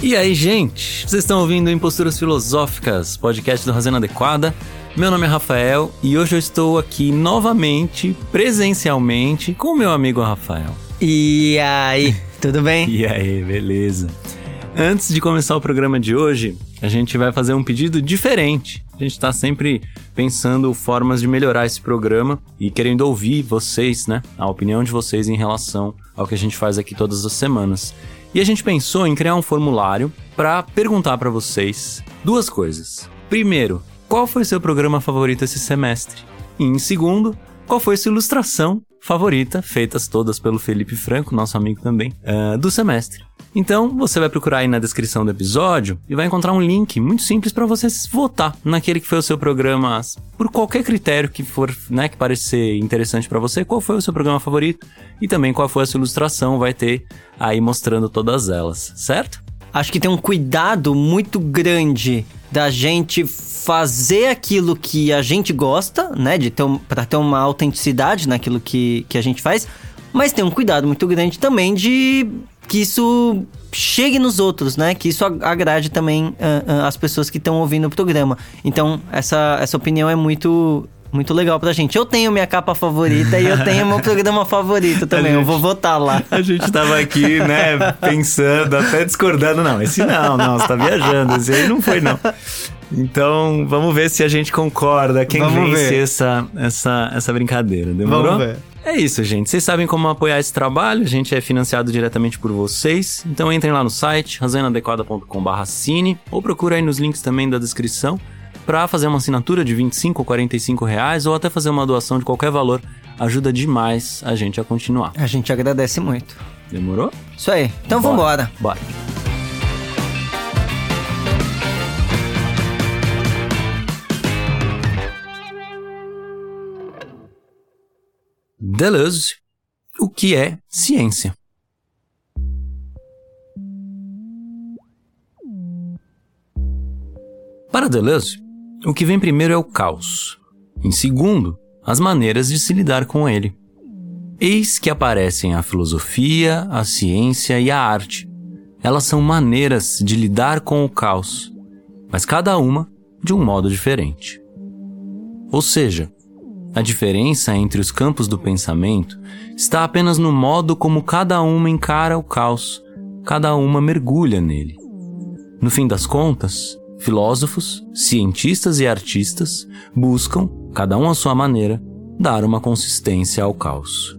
E aí, gente? Vocês estão ouvindo Imposturas Filosóficas, podcast do Razão Adequada. Meu nome é Rafael e hoje eu estou aqui novamente, presencialmente, com o meu amigo Rafael. E aí, tudo bem? E aí, beleza? Antes de começar o programa de hoje, a gente vai fazer um pedido diferente. A gente está sempre pensando formas de melhorar esse programa e querendo ouvir vocês, né? A opinião de vocês em relação ao que a gente faz aqui todas as semanas. E a gente pensou em criar um formulário para perguntar para vocês duas coisas. Primeiro, qual foi o seu programa favorito esse semestre? E em segundo, qual foi a sua ilustração favorita, feitas todas pelo Felipe Franco, nosso amigo também, do semestre? Então, você vai procurar aí na descrição do episódio e vai encontrar um link muito simples para você votar naquele que foi o seu programa, por qualquer critério que for, né, que parecer interessante para você, qual foi o seu programa favorito e também qual foi a sua ilustração, vai ter aí mostrando todas elas, certo? Acho que tem um cuidado muito grande da gente fazer aquilo que a gente gosta, né, para ter uma autenticidade naquilo que a gente faz, mas tem um cuidado muito grande também de que isso chegue nos outros, né? Que isso agrade também as pessoas que estão ouvindo o programa. Então, essa opinião é muito legal pra gente. Eu tenho minha capa favorita e eu tenho meu programa favorito também. Eu vou votar lá. A gente tava aqui, né, pensando, até discordando. Não, esse não, você tá viajando. Esse aí não foi, não. Então, vamos ver se a gente concorda. Quem vence essa brincadeira. Demorou? Vamos ver. É isso, gente. Vocês sabem como apoiar esse trabalho. A gente é financiado diretamente por vocês. Então entrem lá no site, razãoinadequada.com/assine, ou procura aí nos links também da descrição para fazer uma assinatura de R$25 ou R$45, ou até fazer uma doação de qualquer valor. Ajuda demais a gente a continuar. A gente agradece muito. Demorou? Isso aí. Então vambora. Bora. Deleuze, o que é ciência? Para Deleuze, o que vem primeiro é o caos. Em segundo, as maneiras de se lidar com ele. Eis que aparecem a filosofia, a ciência e a arte. Elas são maneiras de lidar com o caos, mas cada uma de um modo diferente. Ou seja, a diferença entre os campos do pensamento está apenas no modo como cada uma encara o caos, cada uma mergulha nele. No fim das contas, filósofos, cientistas e artistas buscam, cada um à sua maneira, dar uma consistência ao caos.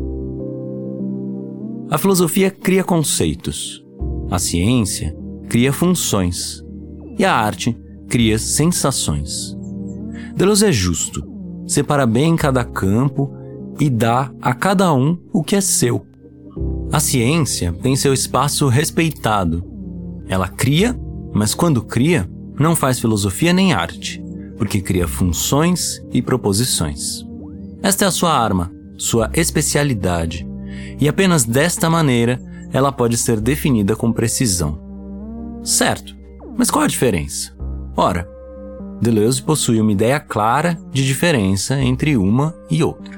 A filosofia cria conceitos, a ciência cria funções e a arte cria sensações. Deleuze é justo. Separa bem cada campo e dá a cada um o que é seu. A ciência tem seu espaço respeitado. Ela cria, mas quando cria, não faz filosofia nem arte, porque cria funções e proposições. Esta é a sua arma, sua especialidade, e apenas desta maneira ela pode ser definida com precisão. Certo, mas qual a diferença? Ora, Deleuze possui uma ideia clara de diferença entre uma e outra.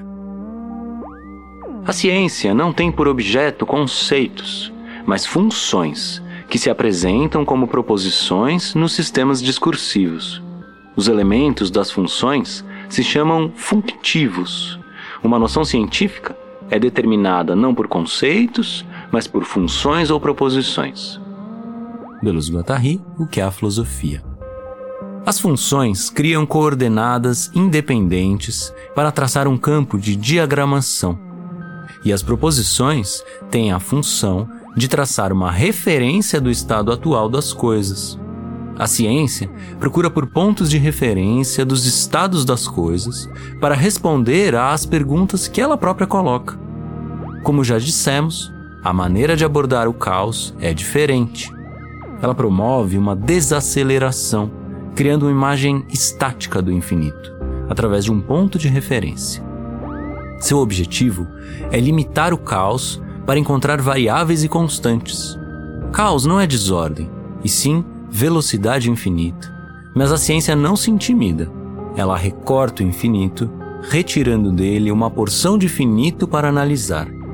A ciência não tem por objeto conceitos, mas funções, que se apresentam como proposições nos sistemas discursivos. Os elementos das funções se chamam functivos. Uma noção científica é determinada não por conceitos, mas por funções ou proposições. Deleuze-Guattari, o que é a filosofia? As funções criam coordenadas independentes para traçar um campo de diagramação. E as proposições têm a função de traçar uma referência do estado atual das coisas. A ciência procura por pontos de referência dos estados das coisas para responder às perguntas que ela própria coloca. Como já dissemos, a maneira de abordar o caos é diferente. Ela promove uma desaceleração, criando uma imagem estática do infinito, através de um ponto de referência. Seu objetivo é limitar o caos para encontrar variáveis e constantes. Caos não é desordem, e sim velocidade infinita. Mas a ciência não se intimida. Ela recorta o infinito, retirando dele uma porção de finito para analisar.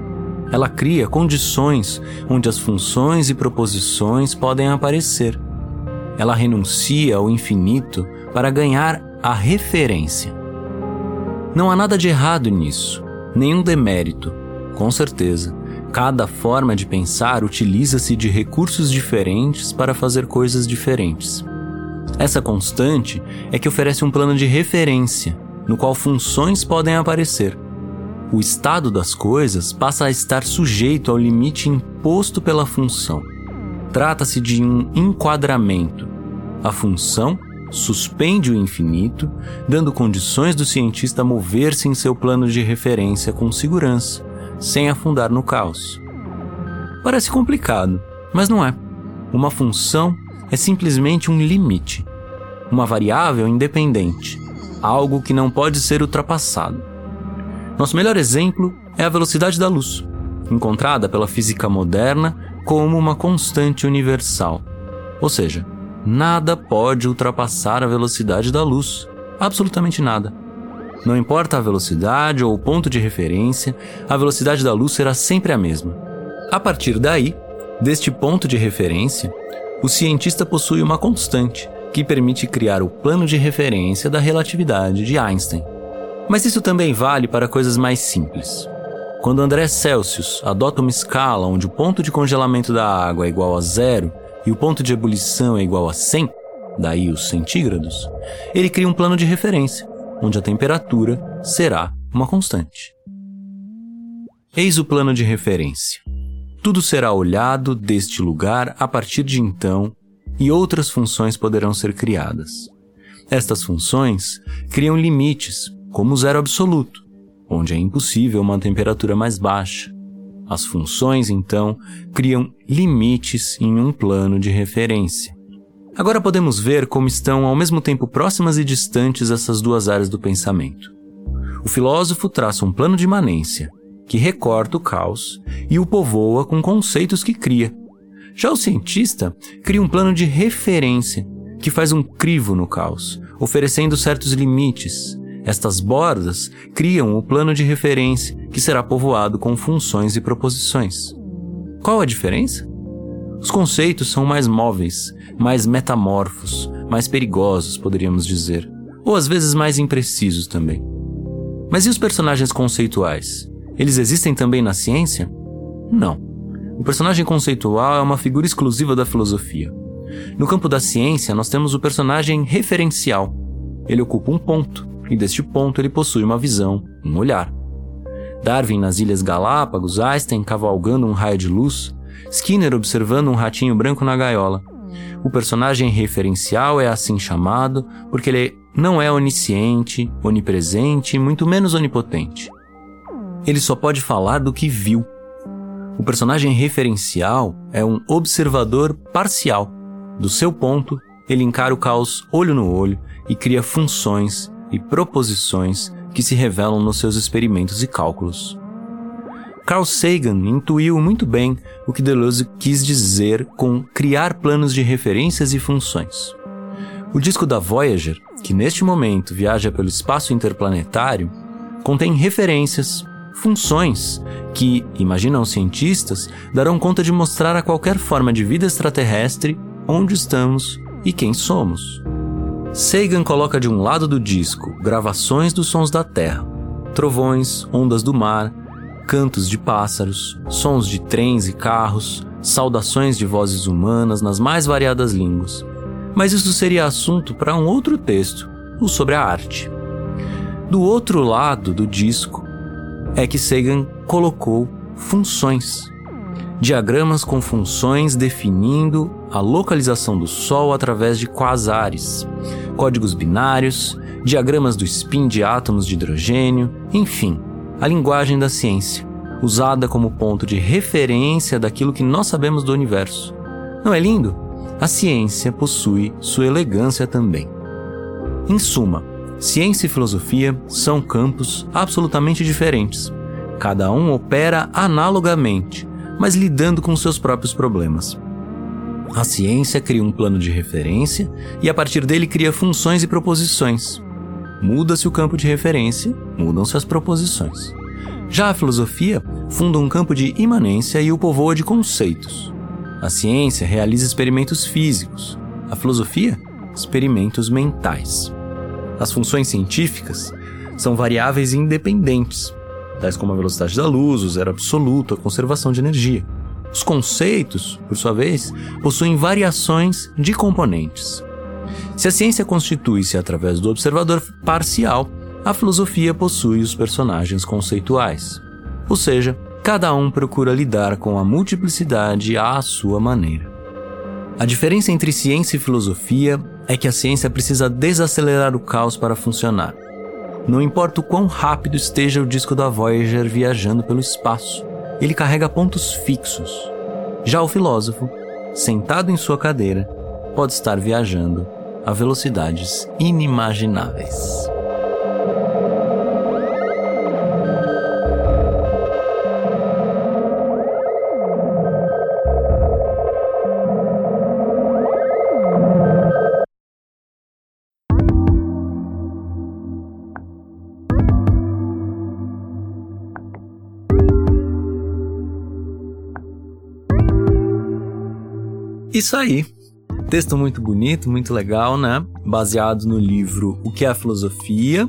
Ela cria condições onde as funções e proposições podem aparecer. Ela renuncia ao infinito para ganhar a referência. Não há nada de errado nisso, nenhum demérito. Com certeza, cada forma de pensar utiliza-se de recursos diferentes para fazer coisas diferentes. Essa constante é que oferece um plano de referência, no qual funções podem aparecer. O estado das coisas passa a estar sujeito ao limite imposto pela função. Trata-se de um enquadramento. A função suspende o infinito, dando condições do cientista mover-se em seu plano de referência com segurança, sem afundar no caos. Parece complicado, mas não é. Uma função é simplesmente um limite, uma variável independente, algo que não pode ser ultrapassado. Nosso melhor exemplo é a velocidade da luz, encontrada pela física moderna como uma constante universal. Ou seja, nada pode ultrapassar a velocidade da luz, absolutamente nada. Não importa a velocidade ou o ponto de referência, a velocidade da luz será sempre a mesma. A partir daí, deste ponto de referência, o cientista possui uma constante que permite criar o plano de referência da relatividade de Einstein. Mas isso também vale para coisas mais simples. Quando André Celsius adota uma escala onde o ponto de congelamento da água é igual a 0 e o ponto de ebulição é igual a 100, daí os centígrados, ele cria um plano de referência, onde a temperatura será uma constante. Eis o plano de referência. Tudo será olhado deste lugar a partir de então, e outras funções poderão ser criadas. Estas funções criam limites, como o zero absoluto, onde é impossível uma temperatura mais baixa. As funções, então, criam limites em um plano de referência. Agora podemos ver como estão ao mesmo tempo próximas e distantes essas duas áreas do pensamento. O filósofo traça um plano de imanência, que recorta o caos e o povoa com conceitos que cria. Já o cientista cria um plano de referência, que faz um crivo no caos, oferecendo certos limites. Estas bordas criam o plano de referência, que será povoado com funções e proposições. Qual a diferença? Os conceitos são mais móveis, mais metamorfos, mais perigosos, poderíamos dizer, ou às vezes mais imprecisos também. Mas e os personagens conceituais? Eles existem também na ciência? Não. O personagem conceitual é uma figura exclusiva da filosofia. No campo da ciência, nós temos o personagem referencial. Ele ocupa um ponto, e deste ponto ele possui uma visão, um olhar. Darwin nas Ilhas Galápagos, Einstein cavalgando um raio de luz, Skinner observando um ratinho branco na gaiola. O personagem referencial é assim chamado porque ele não é onisciente, onipresente e muito menos onipotente. Ele só pode falar do que viu. O personagem referencial é um observador parcial. Do seu ponto, ele encara o caos olho no olho e cria funções e proposições que se revelam nos seus experimentos e cálculos. Carl Sagan intuiu muito bem o que Deleuze quis dizer com criar planos de referências e funções. O disco da Voyager, que neste momento viaja pelo espaço interplanetário, contém referências, funções que, imaginam os cientistas, darão conta de mostrar a qualquer forma de vida extraterrestre onde estamos e quem somos. Sagan coloca de um lado do disco gravações dos sons da Terra, trovões, ondas do mar, cantos de pássaros, sons de trens e carros, saudações de vozes humanas nas mais variadas línguas. Mas isso seria assunto para um outro texto, o sobre a arte. Do outro lado do disco é que Sagan colocou funções. Diagramas com funções definindo a localização do Sol através de quasares, códigos binários, diagramas do spin de átomos de hidrogênio, enfim, a linguagem da ciência, usada como ponto de referência daquilo que nós sabemos do universo. Não é lindo? A ciência possui sua elegância também. Em suma, ciência e filosofia são campos absolutamente diferentes. Cada um opera analogamente, mas lidando com seus próprios problemas. A ciência cria um plano de referência e a partir dele cria funções e proposições. Muda-se o campo de referência, mudam-se as proposições. Já a filosofia funda um campo de imanência e o povoa de conceitos. A ciência realiza experimentos físicos, a filosofia, experimentos mentais. As funções científicas são variáveis independentes, tais como a velocidade da luz, o zero absoluto, a conservação de energia. Os conceitos, por sua vez, possuem variações de componentes. Se a ciência constitui-se através do observador parcial, a filosofia possui os personagens conceituais. Ou seja, cada um procura lidar com a multiplicidade à sua maneira. A diferença entre ciência e filosofia é que a ciência precisa desacelerar o caos para funcionar. Não importa o quão rápido esteja o disco da Voyager viajando pelo espaço, ele carrega pontos fixos. Já o filósofo, sentado em sua cadeira, pode estar viajando a velocidades inimagináveis. Isso aí. Texto muito bonito, muito legal, né? Baseado no livro O que é a Filosofia,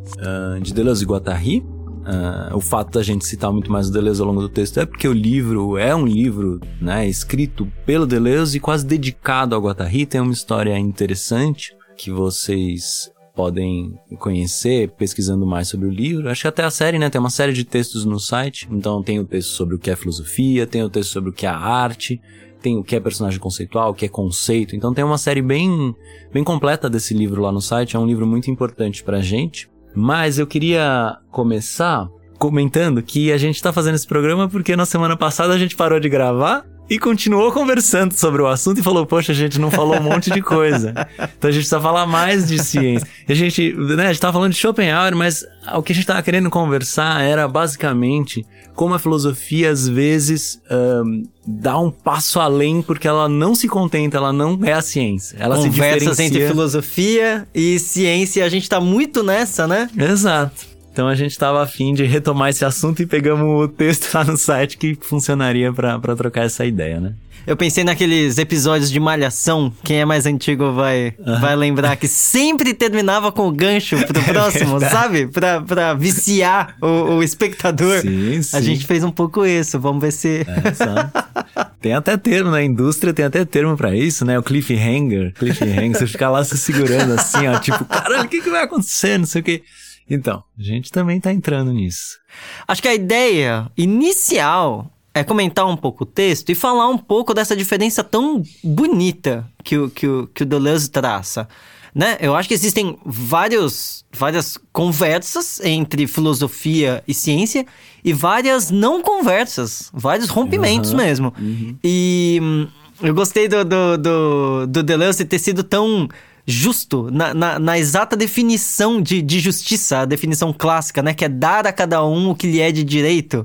de Deleuze e Guattari. O fato da gente citar muito mais o Deleuze ao longo do texto é porque o livro é um livro, né, escrito pelo Deleuze e quase dedicado ao Guattari. Tem uma história interessante que vocês podem conhecer pesquisando mais sobre o livro. Acho que até a série, né? Tem uma série de textos no site. Então tem o texto sobre o que é filosofia, tem o texto sobre o que é a arte, tem o que é personagem conceitual, o que é conceito. Então tem uma série bem completa desse livro lá no site. É um livro muito importante pra gente. Mas eu queria começar comentando que a gente tá fazendo esse programa porque na semana passada a gente parou de gravar e continuou conversando sobre o assunto e falou, poxa, a gente não falou um monte de coisa. Então a gente precisa falar mais de ciência. E a gente tava falando de Schopenhauer, mas o que a gente tava querendo conversar era basicamente como a filosofia às vezes dá um passo além porque ela não se contenta, ela não é a ciência. Ela se diferencia. Conversas entre filosofia e ciência, a gente tá muito nessa, né? Exato. Então a gente tava a fim de retomar esse assunto e pegamos o texto lá no site que funcionaria pra trocar essa ideia, né? Eu pensei naqueles episódios de Malhação, quem é mais antigo vai lembrar que sempre terminava com o gancho pro próximo, sabe? Pra viciar o espectador. Sim, sim. A gente fez um pouco isso, vamos ver se... Exato. Tem até termo na indústria, tem até termo pra isso, né? O cliffhanger, você fica lá se segurando assim, ó, tipo, caralho, o que vai acontecer, não sei o quê. Então, a gente também tá entrando nisso. Acho que a ideia inicial é comentar um pouco o texto e falar um pouco dessa diferença tão bonita que o Deleuze traça, né? Eu acho que existem várias conversas entre filosofia e ciência e várias não conversas, vários rompimentos mesmo. E eu gostei do Deleuze ter sido tão justo na exata definição de justiça, a definição clássica, né? Que é dar a cada um o que lhe é de direito.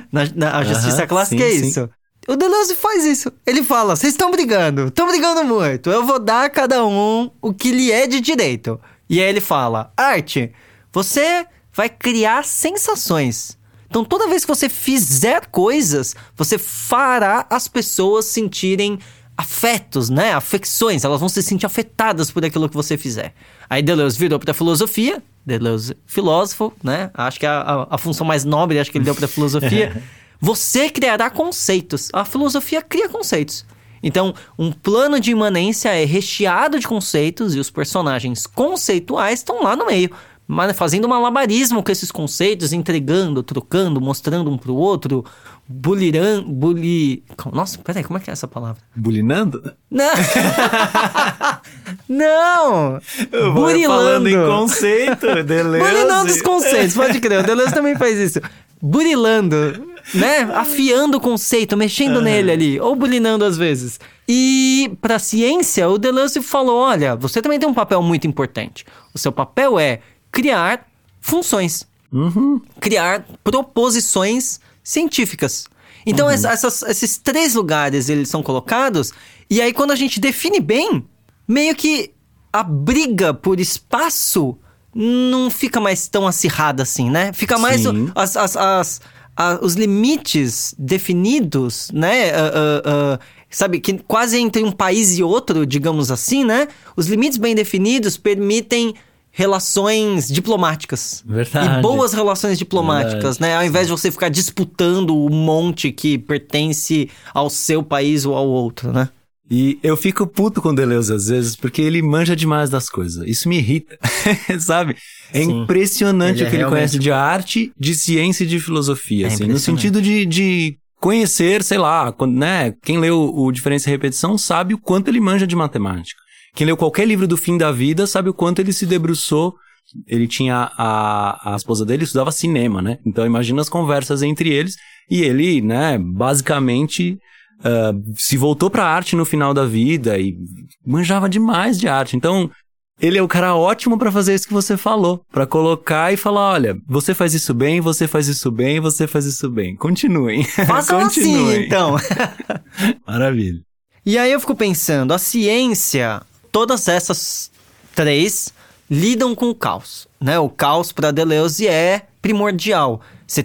A justiça clássica é isso. O Deleuze faz isso. Ele fala, vocês estão brigando muito. Eu vou dar a cada um o que lhe é de direito. E aí ele fala, arte, você vai criar sensações. Então toda vez que você fizer coisas, você fará as pessoas sentirem afetos, né? Afecções, elas vão se sentir afetadas por aquilo que você fizer. Aí Deleuze virou pra filosofia, Deleuze filósofo, né? Acho que a função mais nobre, acho que ele deu pra filosofia. Você criará conceitos. A filosofia cria conceitos. Então, um plano de imanência é recheado de conceitos e os personagens conceituais estão lá no meio, fazendo malabarismo com esses conceitos, entregando, trocando, mostrando um pro outro, Nossa, peraí, como é que é essa palavra? Bulinando? Não! Não! Burilando. Falando em conceito, Deleuze. Burilando os conceitos, pode crer, o Deleuze também faz isso. Burilando, né? Afiando o conceito, mexendo nele ali, ou bulinando às vezes. E pra ciência, o Deleuze falou, olha, você também tem um papel muito importante. O seu papel é criar funções. Criar proposições científicas. Então, esses três lugares, eles são colocados, e aí quando a gente define bem, meio que a briga por espaço não fica mais tão acirrada assim, né? Fica mais os limites definidos, né? Sabe, que quase entre um país e outro, digamos assim, né? Os limites bem definidos permitem relações diplomáticas. Verdade. E boas relações diplomáticas, né? Ao invés de você ficar disputando o monte que pertence ao seu país ou ao outro, né? E eu fico puto com o Deleuze às vezes, porque ele manja demais das coisas. Isso me irrita, sabe? É impressionante o que ele conhece de arte, de ciência e de filosofia, assim. No sentido de conhecer, sei lá, né? Quem leu o Diferença e Repetição sabe o quanto ele manja de matemática. Quem leu qualquer livro do Fim da Vida sabe o quanto ele se debruçou. Ele tinha a esposa dele estudava cinema, né? Então imagina as conversas entre eles. E ele, né, basicamente se voltou pra arte no final da vida e manjava demais de arte. Então ele é o cara ótimo pra fazer isso que você falou. Pra colocar e falar, olha, você faz isso bem, você faz isso bem, você faz isso bem. Continuem. Façam assim, então. Maravilha. E aí eu fico pensando, a ciência, todas essas três lidam com o caos, né? O caos para Deleuze é primordial.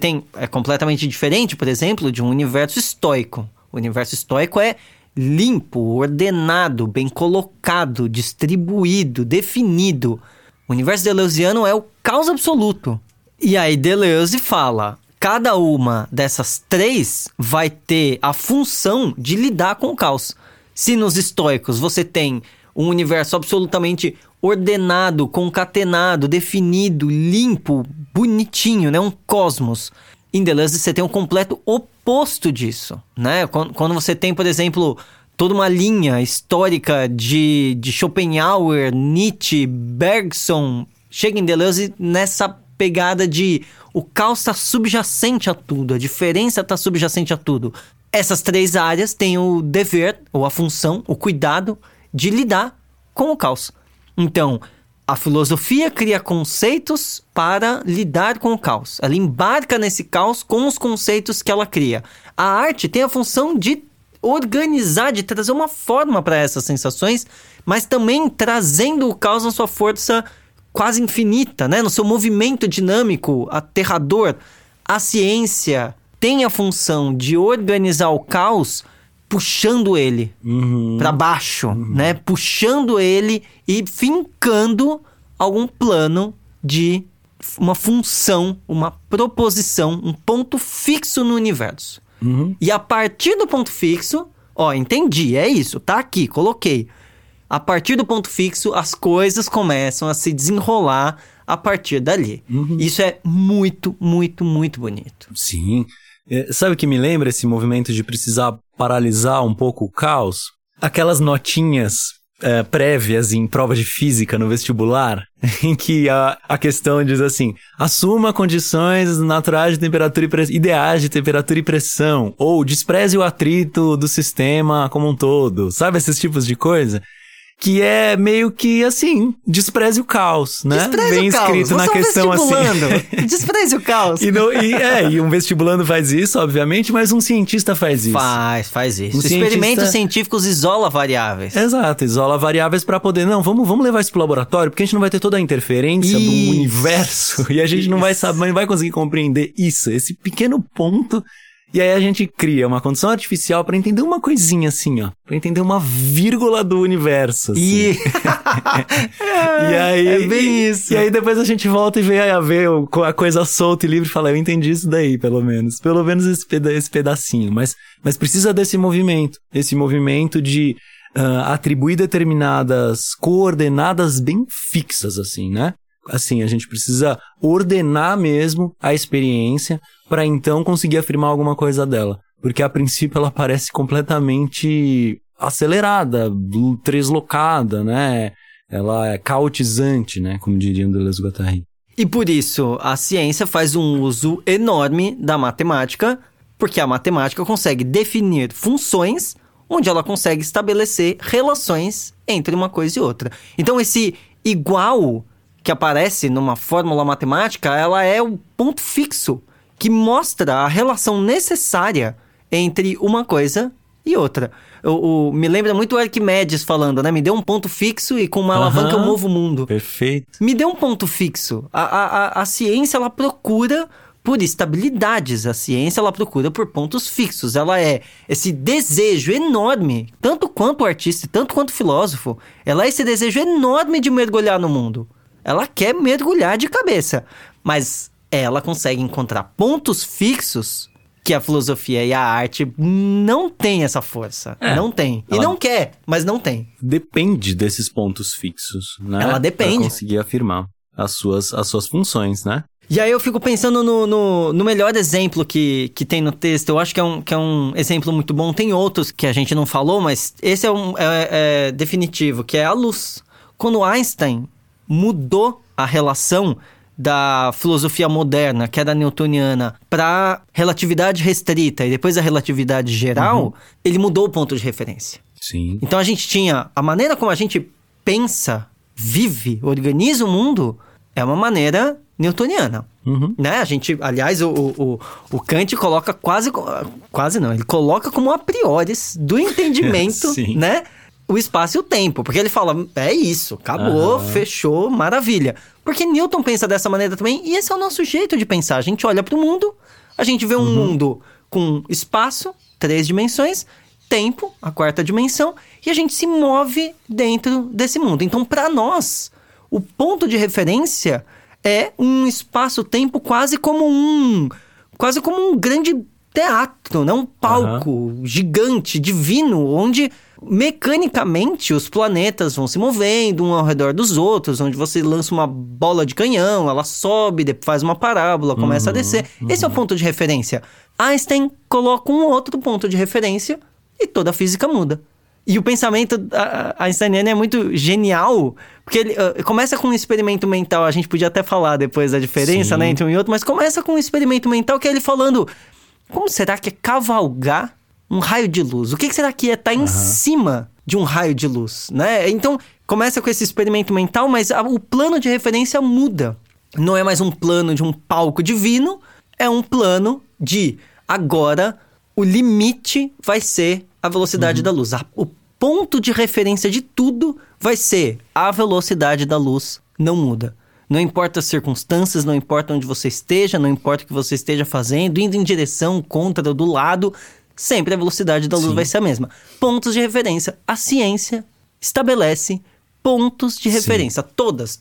É completamente diferente, por exemplo, de um universo estoico. O universo estoico é limpo, ordenado, bem colocado, distribuído, definido. O universo deleuziano é o caos absoluto. E aí Deleuze fala, cada uma dessas três vai ter a função de lidar com o caos. Se nos estoicos você tem um universo absolutamente ordenado, concatenado, definido, limpo, bonitinho, né? Um cosmos. Em Deleuze você tem um completo oposto disso, né? Quando você tem, por exemplo, toda uma linha histórica de Schopenhauer, Nietzsche, Bergson, chega em Deleuze nessa pegada de o caos está subjacente a tudo, a diferença está subjacente a tudo. Essas três áreas têm o dever, ou a função, o cuidado de lidar com o caos. Então, a filosofia cria conceitos para lidar com o caos. Ela embarca nesse caos com os conceitos que ela cria. A arte tem a função de organizar, de trazer uma forma para essas sensações, mas também trazendo o caos na sua força quase infinita, né? No seu movimento dinâmico, aterrador. A ciência tem a função de organizar o caos puxando ele para baixo, né? Puxando ele e fincando algum plano de uma função, uma proposição, um ponto fixo no universo. E a partir do ponto fixo, entendi, é isso, tá aqui, coloquei. A partir do ponto fixo, as coisas começam a se desenrolar a partir dali. Isso é muito, muito, muito bonito. Sim. Sabe o que me lembra esse movimento de precisar paralisar um pouco o caos? Aquelas notinhas prévias em prova de física no vestibular, em que a questão diz assim, assuma condições naturais de temperatura e pressão, ideais de temperatura e pressão, ou despreze o atrito do sistema como um todo, sabe esses tipos de coisa? Que é meio que assim, despreze o caos, né? Despreze bem o caos. escrito na questão assim. Despreze o caos. E um vestibulando faz isso, obviamente, mas um cientista faz isso. Faz isso. Experimentos científicos isola variáveis. Exato, isola variáveis para poder, vamos levar isso pro laboratório, porque a gente não vai ter toda a interferência do universo e a gente não vai conseguir compreender isso, esse pequeno ponto. E aí a gente cria uma condição artificial pra entender uma coisinha assim, pra entender uma vírgula do universo. Assim. E aí, é bem isso. E aí depois a gente volta e vê a coisa solta e livre e fala, eu entendi isso daí, pelo menos. Pelo menos esse pedacinho. Mas precisa desse movimento. Esse movimento de atribuir determinadas coordenadas bem fixas, assim, né? Assim, a gente precisa ordenar mesmo a experiência para então conseguir afirmar alguma coisa dela. Porque a princípio ela parece completamente acelerada, deslocada, né? Ela é caotizante, né? Como diriam Deleuze e Guattari. E por isso a ciência faz um uso enorme da matemática, porque a matemática consegue definir funções onde ela consegue estabelecer relações entre uma coisa e outra. Então esse igual que aparece numa fórmula matemática, ela é o ponto fixo que mostra a relação necessária entre uma coisa E outra, me lembra muito o Arquimedes falando, né? Me dê um ponto fixo e com uma alavanca eu movo o mundo. Perfeito. Me dê um ponto fixo. A ciência, ela procura por estabilidades. A ciência, ela procura por pontos fixos. Ela é esse desejo enorme, tanto quanto o artista, tanto quanto o filósofo. Ela é esse desejo enorme de mergulhar no mundo. Ela quer mergulhar de cabeça. Mas ela consegue encontrar pontos fixos que a filosofia e a arte não têm essa força. Não tem. E não quer, mas não tem. Depende desses pontos fixos, né? Ela depende. Pra conseguir afirmar as suas funções, né? E aí eu fico pensando no melhor exemplo que tem no texto. Eu acho que é um exemplo muito bom. Tem outros que a gente não falou, mas esse é definitivo, que é a luz. Quando Einstein mudou a relação da filosofia moderna, que era newtoniana, para relatividade restrita e depois a relatividade geral, ele mudou o ponto de referência. Sim. Então a gente tinha a maneira como a gente pensa, vive, organiza o mundo, é uma maneira newtoniana. Né? A gente, aliás, o Kant coloca quase não, ele coloca como a priori do entendimento, né? O espaço e o tempo, porque ele fala, é isso, acabou, fechou, maravilha. Porque Newton pensa dessa maneira também, e esse é o nosso jeito de pensar. A gente olha para o mundo, a gente vê um mundo com espaço, 3 dimensões, tempo, a 4ª dimensão, e a gente se move dentro desse mundo. Então, para nós, o ponto de referência é um espaço-tempo quase como um grande teatro, né? Um palco gigante, divino, onde mecanicamente os planetas vão se movendo um ao redor dos outros, onde você lança uma bola de canhão, ela sobe, faz uma parábola, começa a descer. Esse é o ponto de referência. Einstein coloca um outro ponto de referência e toda a física muda. E o pensamento einsteiniano é muito genial, porque ele começa com um experimento mental, a gente podia até falar depois da diferença, né, entre um e outro, mas começa com um experimento mental que é ele falando, como será que é cavalgar um raio de luz? O que será que é estar em cima de um raio de luz, né? Então, começa com esse experimento mental, mas o plano de referência muda. Não é mais um plano de um palco divino, é um plano de, agora, o limite vai ser a velocidade da luz. O ponto de referência de tudo vai ser a velocidade da luz, não muda. Não importa as circunstâncias, não importa onde você esteja, não importa o que você esteja fazendo, indo em direção, contra ou do lado, sempre a velocidade da luz vai ser a mesma. Pontos de referência. A ciência estabelece pontos de referência. Todas.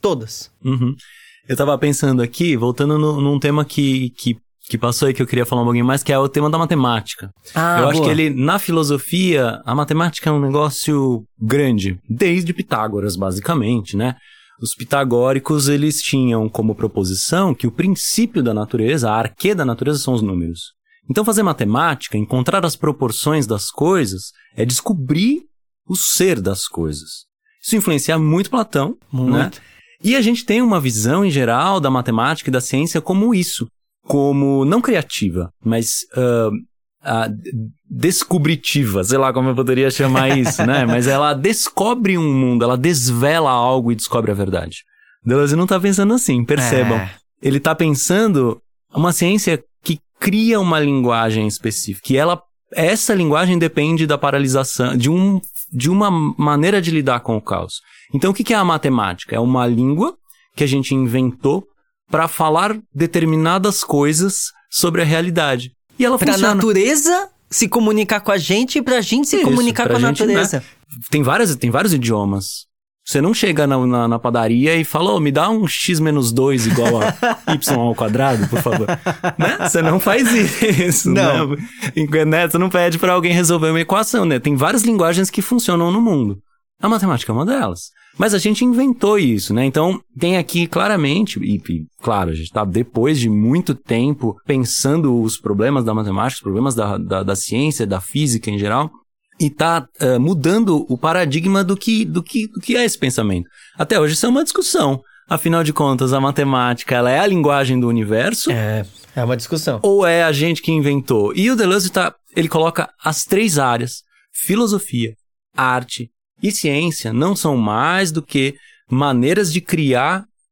Eu tava pensando aqui, voltando num tema que passou aí, que eu queria falar um pouquinho mais, que é o tema da matemática. Eu acho que na filosofia, a matemática é um negócio grande, desde Pitágoras, basicamente, né? Os pitagóricos, eles tinham como proposição que o princípio da natureza, a arquê da natureza, são os números. Então, fazer matemática, encontrar as proporções das coisas, é descobrir o ser das coisas. Isso influencia muito Platão, né? E a gente tem uma visão, em geral, da matemática e da ciência como isso. Como, não criativa, mas descobritiva, sei lá como eu poderia chamar isso, né? Mas ela descobre um mundo, ela desvela algo e descobre a verdade. Deleuze não tá pensando assim, percebam. Ele tá pensando uma ciência que cria uma linguagem específica. E essa linguagem depende da paralisação, de uma maneira de lidar com o caos. Então, o que é a matemática? É uma língua que a gente inventou para falar determinadas coisas sobre a realidade. E ela funciona. Pra natureza se comunicar com a gente e pra gente se comunicar com a natureza. Né? Tem vários idiomas. Você não chega na padaria e fala, me dá um x-2 igual a y², por favor. Né? Você não faz isso. Não. Né? Você não pede para alguém resolver uma equação, né? Tem várias linguagens que funcionam no mundo. A matemática é uma delas. Mas a gente inventou isso, né? Então, tem aqui claramente, e claro, a gente está depois de muito tempo pensando os problemas da matemática, os problemas da ciência, da física em geral, e está mudando o paradigma do que é esse pensamento. Até hoje isso é uma discussão. Afinal de contas, a matemática, ela é a linguagem do universo? É uma discussão. Ou é a gente que inventou? E o Deleuze ele coloca as 3 áreas, filosofia, arte e ciência, não são mais do que maneiras de criar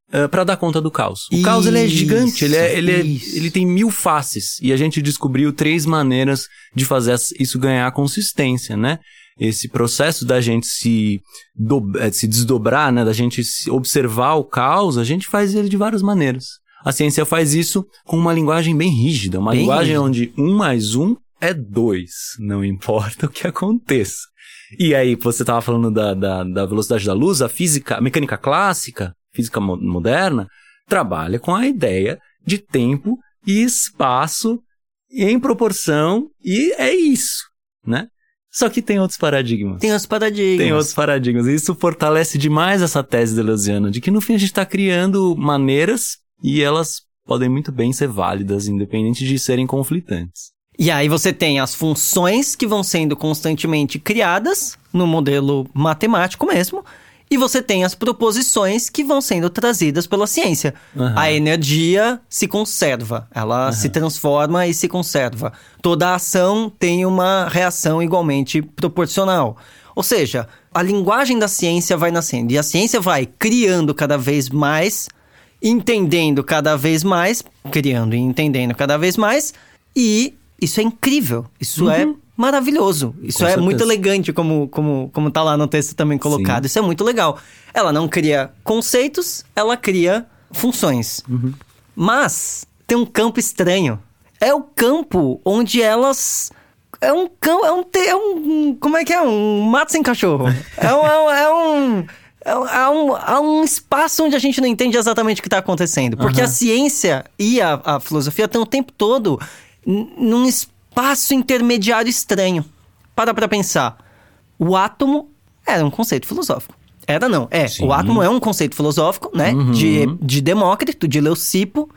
para dar conta do caos. O caos ele é gigante, ele tem 1000 faces. E a gente descobriu 3 maneiras de fazer isso ganhar consistência, né? Esse processo da gente se desdobrar, né? Da gente observar o caos, a gente faz ele de várias maneiras. A ciência faz isso com uma linguagem bem rígida, uma linguagem onde 1 mais 1 é 2, não importa o que aconteça. E aí, você estava falando da velocidade da luz, a mecânica clássica, física moderna, trabalha com a ideia de tempo e espaço em proporção, e é isso, né? Só que tem outros paradigmas. Tem outros paradigmas. E isso fortalece demais essa tese deleuziana, de que no fim a gente está criando maneiras e elas podem muito bem ser válidas, independente de serem conflitantes. E aí você tem as funções que vão sendo constantemente criadas, no modelo matemático mesmo, e você tem as proposições que vão sendo trazidas pela ciência. A energia se conserva, ela se transforma e se conserva. Toda ação tem uma reação igualmente proporcional. Ou seja, a linguagem da ciência vai nascendo, e a ciência vai criando cada vez mais, entendendo cada vez mais, criando e entendendo cada vez mais, e isso é incrível, isso é maravilhoso, isso é muito elegante, como tá lá no texto também colocado. Sim. Isso é muito legal. Ela não cria conceitos, ela cria funções. Mas tem um campo estranho. É o campo onde elas... como é que é? Um mato sem cachorro. Há um espaço onde a gente não entende exatamente o que está acontecendo. Porque a ciência e a filosofia estão o tempo todo num espaço intermediário estranho. Para pensar. O átomo era um conceito filosófico. Era não, é. Sim. O átomo é um conceito filosófico, né? De Demócrito, de Leucipo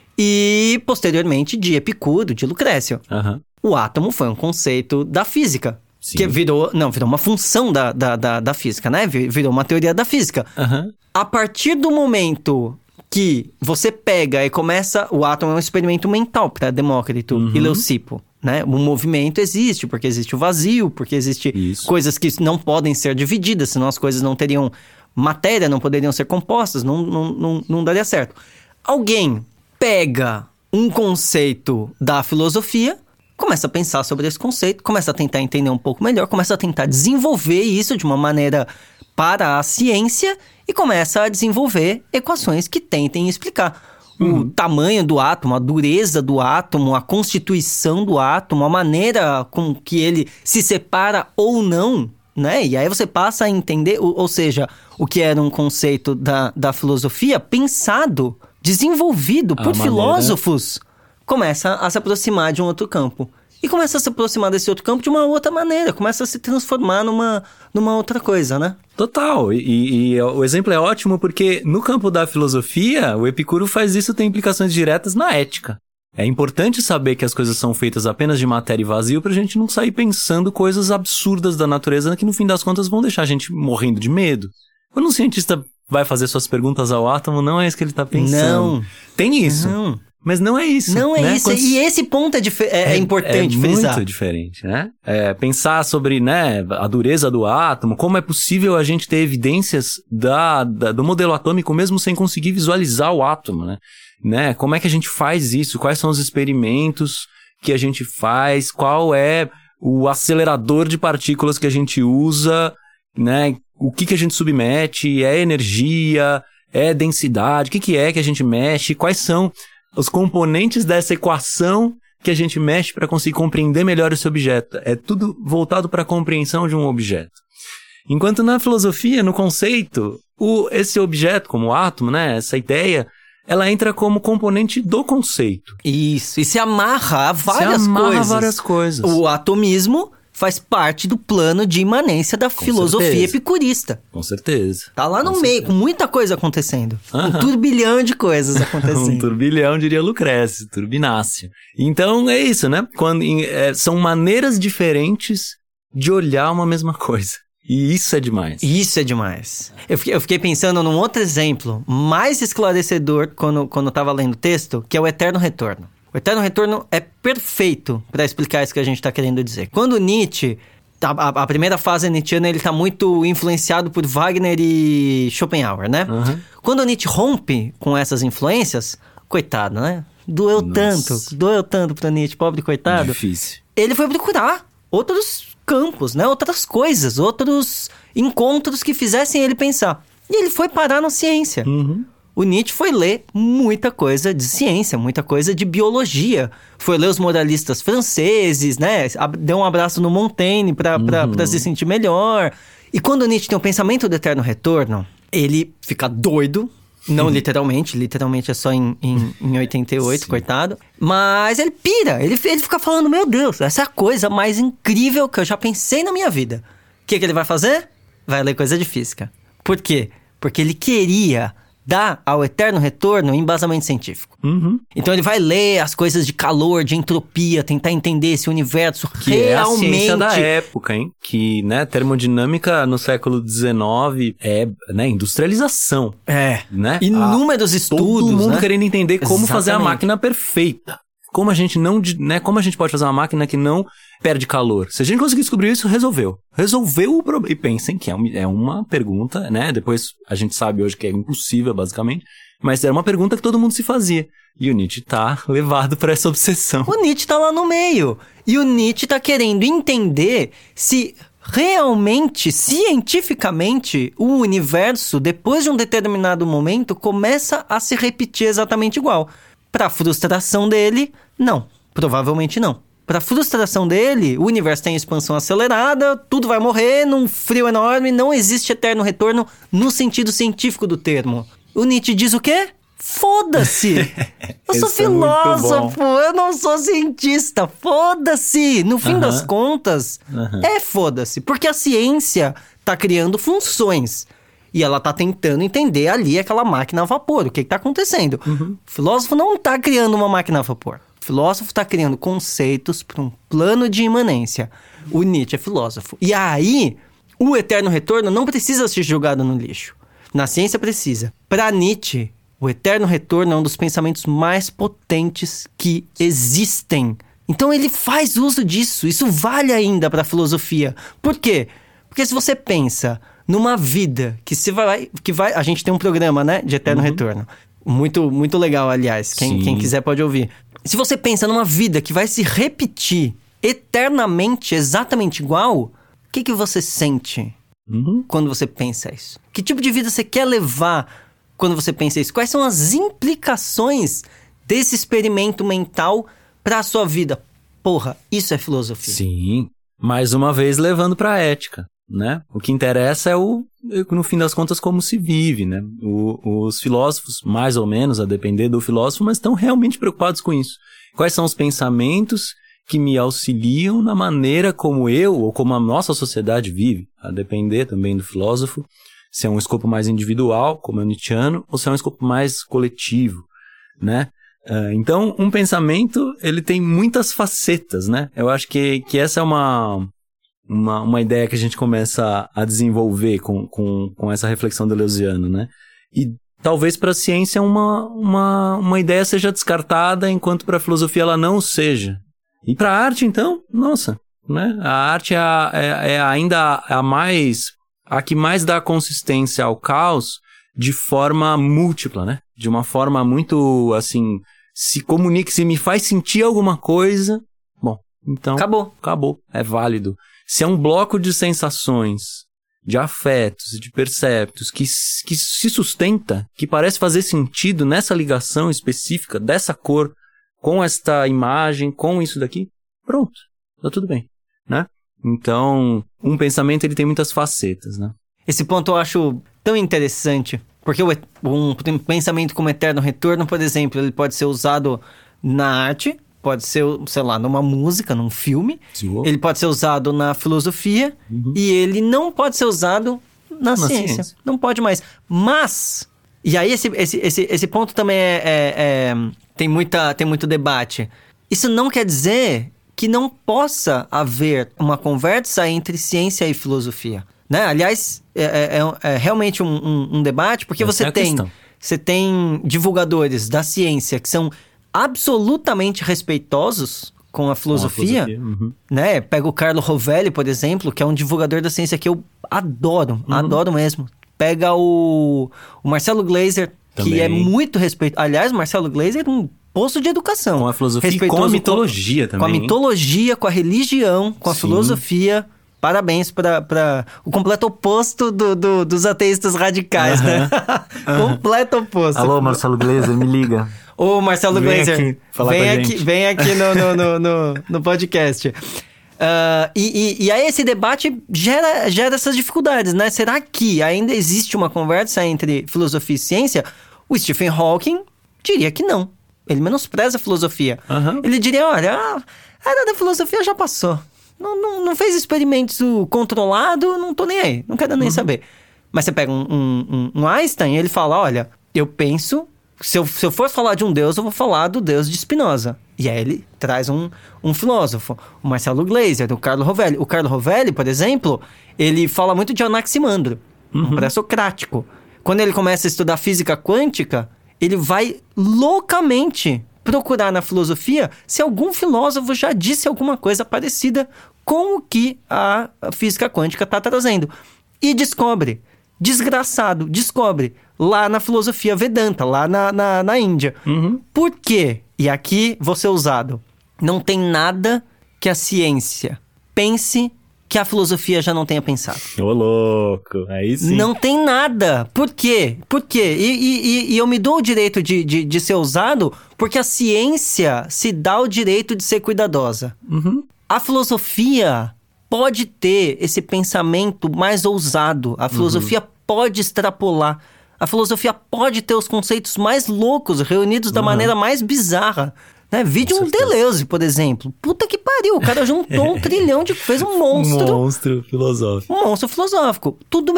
e, posteriormente, de Epicuro, de Lucrécio. O átomo foi um conceito da física. Sim. Que virou uma função da física, né? Virou uma teoria da física. A partir do momento que você pega e começa... O átomo é um experimento mental para Demócrito e Leucipo, né? O movimento existe, porque existe o vazio, porque existe coisas que não podem ser divididas, senão as coisas não teriam matéria, não poderiam ser compostas, não daria certo. Alguém pega um conceito da filosofia, começa a pensar sobre esse conceito, começa a tentar entender um pouco melhor, começa a tentar desenvolver isso de uma maneira para a ciência e começa a desenvolver equações que tentem explicar o tamanho do átomo, a dureza do átomo, a constituição do átomo, a maneira com que ele se separa ou não, né? E aí você passa a entender, ou seja, o que era um conceito da filosofia pensado, desenvolvido por filósofos, começa a se aproximar de um outro campo. E começa a se aproximar desse outro campo de uma outra maneira. Começa a se transformar numa outra coisa, né? Total. E o exemplo é ótimo porque no campo da filosofia, o Epicuro faz isso, tem implicações diretas na ética. É importante saber que as coisas são feitas apenas de matéria e vazio pra gente não sair pensando coisas absurdas da natureza que no fim das contas vão deixar a gente morrendo de medo. Quando um cientista vai fazer suas perguntas ao átomo, não é isso que ele tá pensando. Não. Tem isso. Não. Mas não é isso. Não é, né? Isso. E esse ponto é importante frisar. É muito diferente, né? Pensar sobre, né, a dureza do átomo, como é possível a gente ter evidências do modelo atômico mesmo sem conseguir visualizar o átomo, né? Como é que a gente faz isso? Quais são os experimentos que a gente faz? Qual é o acelerador de partículas que a gente usa, né? O que a gente submete? É energia? É densidade? O que é que a gente mexe? Quais são os componentes dessa equação que a gente mexe para conseguir compreender melhor esse objeto? É tudo voltado para a compreensão de um objeto. Enquanto na filosofia, no conceito, esse objeto, como o átomo, né, essa ideia, ela entra como componente do conceito. Isso, e se amarra a várias coisas. O atomismo faz parte do plano de imanência da filosofia epicurista. Com certeza. Tá lá no meio, com muita coisa acontecendo. Um turbilhão de coisas acontecendo. Um turbilhão, diria Lucrécio, turbinácio. Então, é isso, né? São maneiras diferentes de olhar uma mesma coisa. E isso é demais. Isso é demais. Eu fiquei pensando num outro exemplo mais esclarecedor quando eu tava lendo o texto, que é o Eterno Retorno. O Eterno Retorno é perfeito para explicar isso que a gente está querendo dizer. Quando Nietzsche A primeira fase nietzschiana, ele tá muito influenciado por Wagner e Schopenhauer, né? Uhum. Quando Nietzsche rompe com essas influências, coitado, né? Doeu tanto pro Nietzsche, pobre coitado. Difícil. Ele foi procurar outros campos, né? Outras coisas, outros encontros que fizessem ele pensar. E ele foi parar na ciência. Uhum. O Nietzsche foi ler muita coisa de ciência, muita coisa de biologia. Foi ler os moralistas franceses, né? Deu um abraço no Montaigne pra se sentir melhor. E quando o Nietzsche tem o pensamento do eterno retorno, ele fica doido. Não literalmente é só em 88, coitado. Mas ele pira, ele fica falando, meu Deus, essa é a coisa mais incrível que eu já pensei na minha vida. O que ele vai fazer? Vai ler coisa de física. Por quê? Porque ele queria dar ao eterno retorno um embasamento científico. Uhum. Então ele vai ler as coisas de calor, de entropia, tentar entender esse universo que realmente... é a ciência da época, hein? Que, né, termodinâmica no século XIX é, né, industrialização. Né? Inúmeros estudos, todo mundo né? querendo entender como fazer a Exatamente. máquina perfeita. Como a gente não, né, como a gente pode fazer uma máquina que não perde calor. Se a gente conseguir descobrir isso, resolveu o problema. E pensem que é uma pergunta, né? Depois a gente sabe hoje que é impossível, basicamente. Mas era uma pergunta que todo mundo se fazia. E o Nietzsche tá levado para essa obsessão. O Nietzsche tá lá no meio. E o Nietzsche tá querendo entender se realmente, cientificamente, o universo, depois de um determinado momento, começa a se repetir exatamente igual. Pra frustração dele, não. Provavelmente não. Pra frustração dele, o universo tem expansão acelerada, tudo vai morrer num frio enorme, não existe eterno retorno no sentido científico do termo. O Nietzsche diz o quê? Foda-se! Eu sou filósofo, eu não sou cientista, foda-se! No fim das contas, foda-se, porque a ciência tá criando funções. E ela tá tentando entender ali aquela máquina a vapor, o que tá acontecendo. O filósofo não tá criando uma máquina a vapor. O filósofo tá criando conceitos para um plano de imanência. O Nietzsche é filósofo. E aí, o eterno retorno não precisa ser jogado no lixo. Na ciência precisa. Para Nietzsche, o eterno retorno é um dos pensamentos mais potentes que existem. Então ele faz uso disso. Isso vale ainda para a filosofia. Por quê? Porque se você pensa numa vida que vai... A gente tem um programa, né? De eterno retorno. Muito, muito legal, aliás. Quem quiser pode ouvir. Se você pensa numa vida que vai se repetir eternamente, exatamente igual, o que você sente quando você pensa isso? Que tipo de vida você quer levar quando você pensa isso? Quais são as implicações desse experimento mental para a sua vida? Porra, isso é filosofia. Sim, mais uma vez levando para a ética, né? O que interessa é no fim das contas, como se vive, né? Os filósofos, mais ou menos, a depender do filósofo, mas estão realmente preocupados com isso. Quais são os pensamentos que me auxiliam na maneira como eu, ou como a nossa sociedade vive, a depender também do filósofo, se é um escopo mais individual, como é o nietzschiano, ou se é um escopo mais coletivo, né? Então, um pensamento, ele tem muitas facetas, né? Eu acho que essa é uma ideia que a gente começa a desenvolver com essa reflexão deleuziana, né? E talvez para a ciência uma ideia seja descartada, enquanto para a filosofia ela não seja. E para a arte, então, nossa, né? A arte é ainda a que mais dá consistência ao caos de forma múltipla, né? De uma forma muito, assim, se comunica, se me faz sentir alguma coisa, bom, então... Acabou, é válido. Se é um bloco de sensações, de afetos, de perceptos, que se sustenta, que parece fazer sentido nessa ligação específica dessa cor, com esta imagem, com isso daqui, pronto, tá tudo bem, né? Então, um pensamento ele tem muitas facetas, né? Esse ponto eu acho tão interessante, porque um pensamento como eterno retorno, por exemplo, ele pode ser usado na arte, pode ser, sei lá, numa música, num filme, ele pode ser usado na filosofia, e ele não pode ser usado na ciência. Não pode mais. Mas, e aí esse ponto também tem muito debate. Isso não quer dizer que não possa haver uma conversa entre ciência e filosofia, né? Aliás, é realmente um debate, porque você tem divulgadores da ciência que são absolutamente respeitosos com a filosofia. Né? Pega o Carlo Rovelli, por exemplo, que é um divulgador da ciência que eu adoro mesmo. Pega o Marcelo Gleiser, também. Que é muito respeitado. Aliás, o Marcelo Gleiser é um posto de educação. Com a filosofia e com a mitologia também. Com a mitologia, com a religião, com a filosofia. Parabéns para o completo oposto dos ateístas radicais, né? Completo oposto. Alô, Marcelo Gleiser, me liga. Ô, Marcelo Gleiser, vem aqui no podcast. E aí esse debate gera essas dificuldades, né? Será que ainda existe uma conversa entre filosofia e ciência? O Stephen Hawking diria que não. Ele menospreza a filosofia. Ele diria, olha, a era da filosofia já passou. Não fez experimentos controlado, não tô nem aí, não quero nem saber. Mas você pega um Einstein, ele fala, olha, eu penso, se eu for falar de um Deus, eu vou falar do Deus de Spinoza. E aí ele traz um filósofo, o Marcelo Gleiser, o Carlo Rovelli. O Carlo Rovelli, por exemplo, ele fala muito de Anaximandro, um pré-socrático. Quando ele começa a estudar física quântica, ele vai loucamente procurar na filosofia se algum filósofo já disse alguma coisa parecida com o que a física quântica está trazendo. E descobre, descobre lá na filosofia Vedanta, lá na Índia. Por quê? E aqui vou ser usado. Não tem nada que a ciência pense que a filosofia já não tenha pensado. Ô, louco, aí sim. Não tem nada. Por quê? E eu me dou o direito de ser usado porque a ciência se dá o direito de ser cuidadosa. A filosofia pode ter esse pensamento mais ousado. A filosofia pode extrapolar. A filosofia pode ter os conceitos mais loucos reunidos da maneira mais bizarra. Né? Vide um Deleuze, por exemplo. Puta que pariu, o cara juntou 1 trilhão de... Fez um monstro. Um monstro filosófico. Um monstro filosófico. Tudo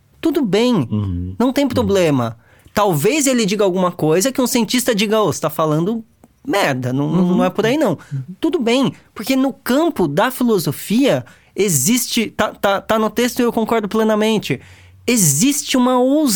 bem. Não tem problema. Talvez ele diga alguma coisa que um cientista diga, você tá falando merda, não é por aí não. Tudo bem, porque no campo da filosofia existe... Tá no texto e eu concordo plenamente. Existe uma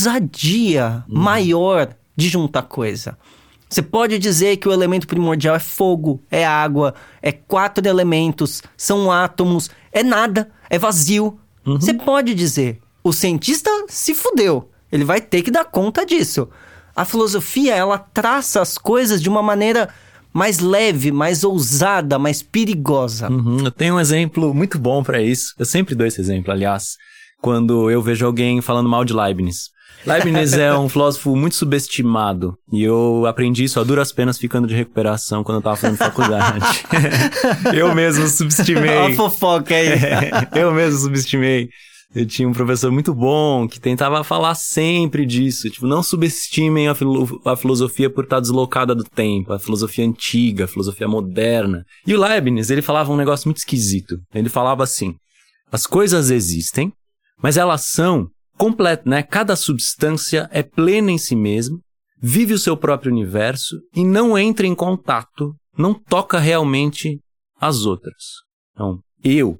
ousadia maior de juntar coisa. Você pode dizer que o elemento primordial é fogo, é água, é 4 elementos, são átomos, é nada, é vazio. Você pode dizer. O cientista se fudeu. Ele vai ter que dar conta disso. A filosofia, ela traça as coisas de uma maneira mais leve, mais ousada, mais perigosa. Eu tenho um exemplo muito bom para isso. Eu sempre dou esse exemplo, aliás, quando eu vejo alguém falando mal de Leibniz. Leibniz é um filósofo muito subestimado. E eu aprendi isso a duras penas ficando de recuperação quando eu tava fazendo faculdade. Eu mesmo subestimei. Olha a fofoca aí. Eu mesmo subestimei. Eu tinha um professor muito bom que tentava falar sempre disso. Tipo, não subestimem a filosofia por estar deslocada do tempo. A filosofia antiga, a filosofia moderna. E o Leibniz, ele falava um negócio muito esquisito. Ele falava assim, as coisas existem, mas elas são completo, né? Cada substância é plena em si mesma, vive o seu próprio universo e não entra em contato, não toca realmente as outras. Então, eu,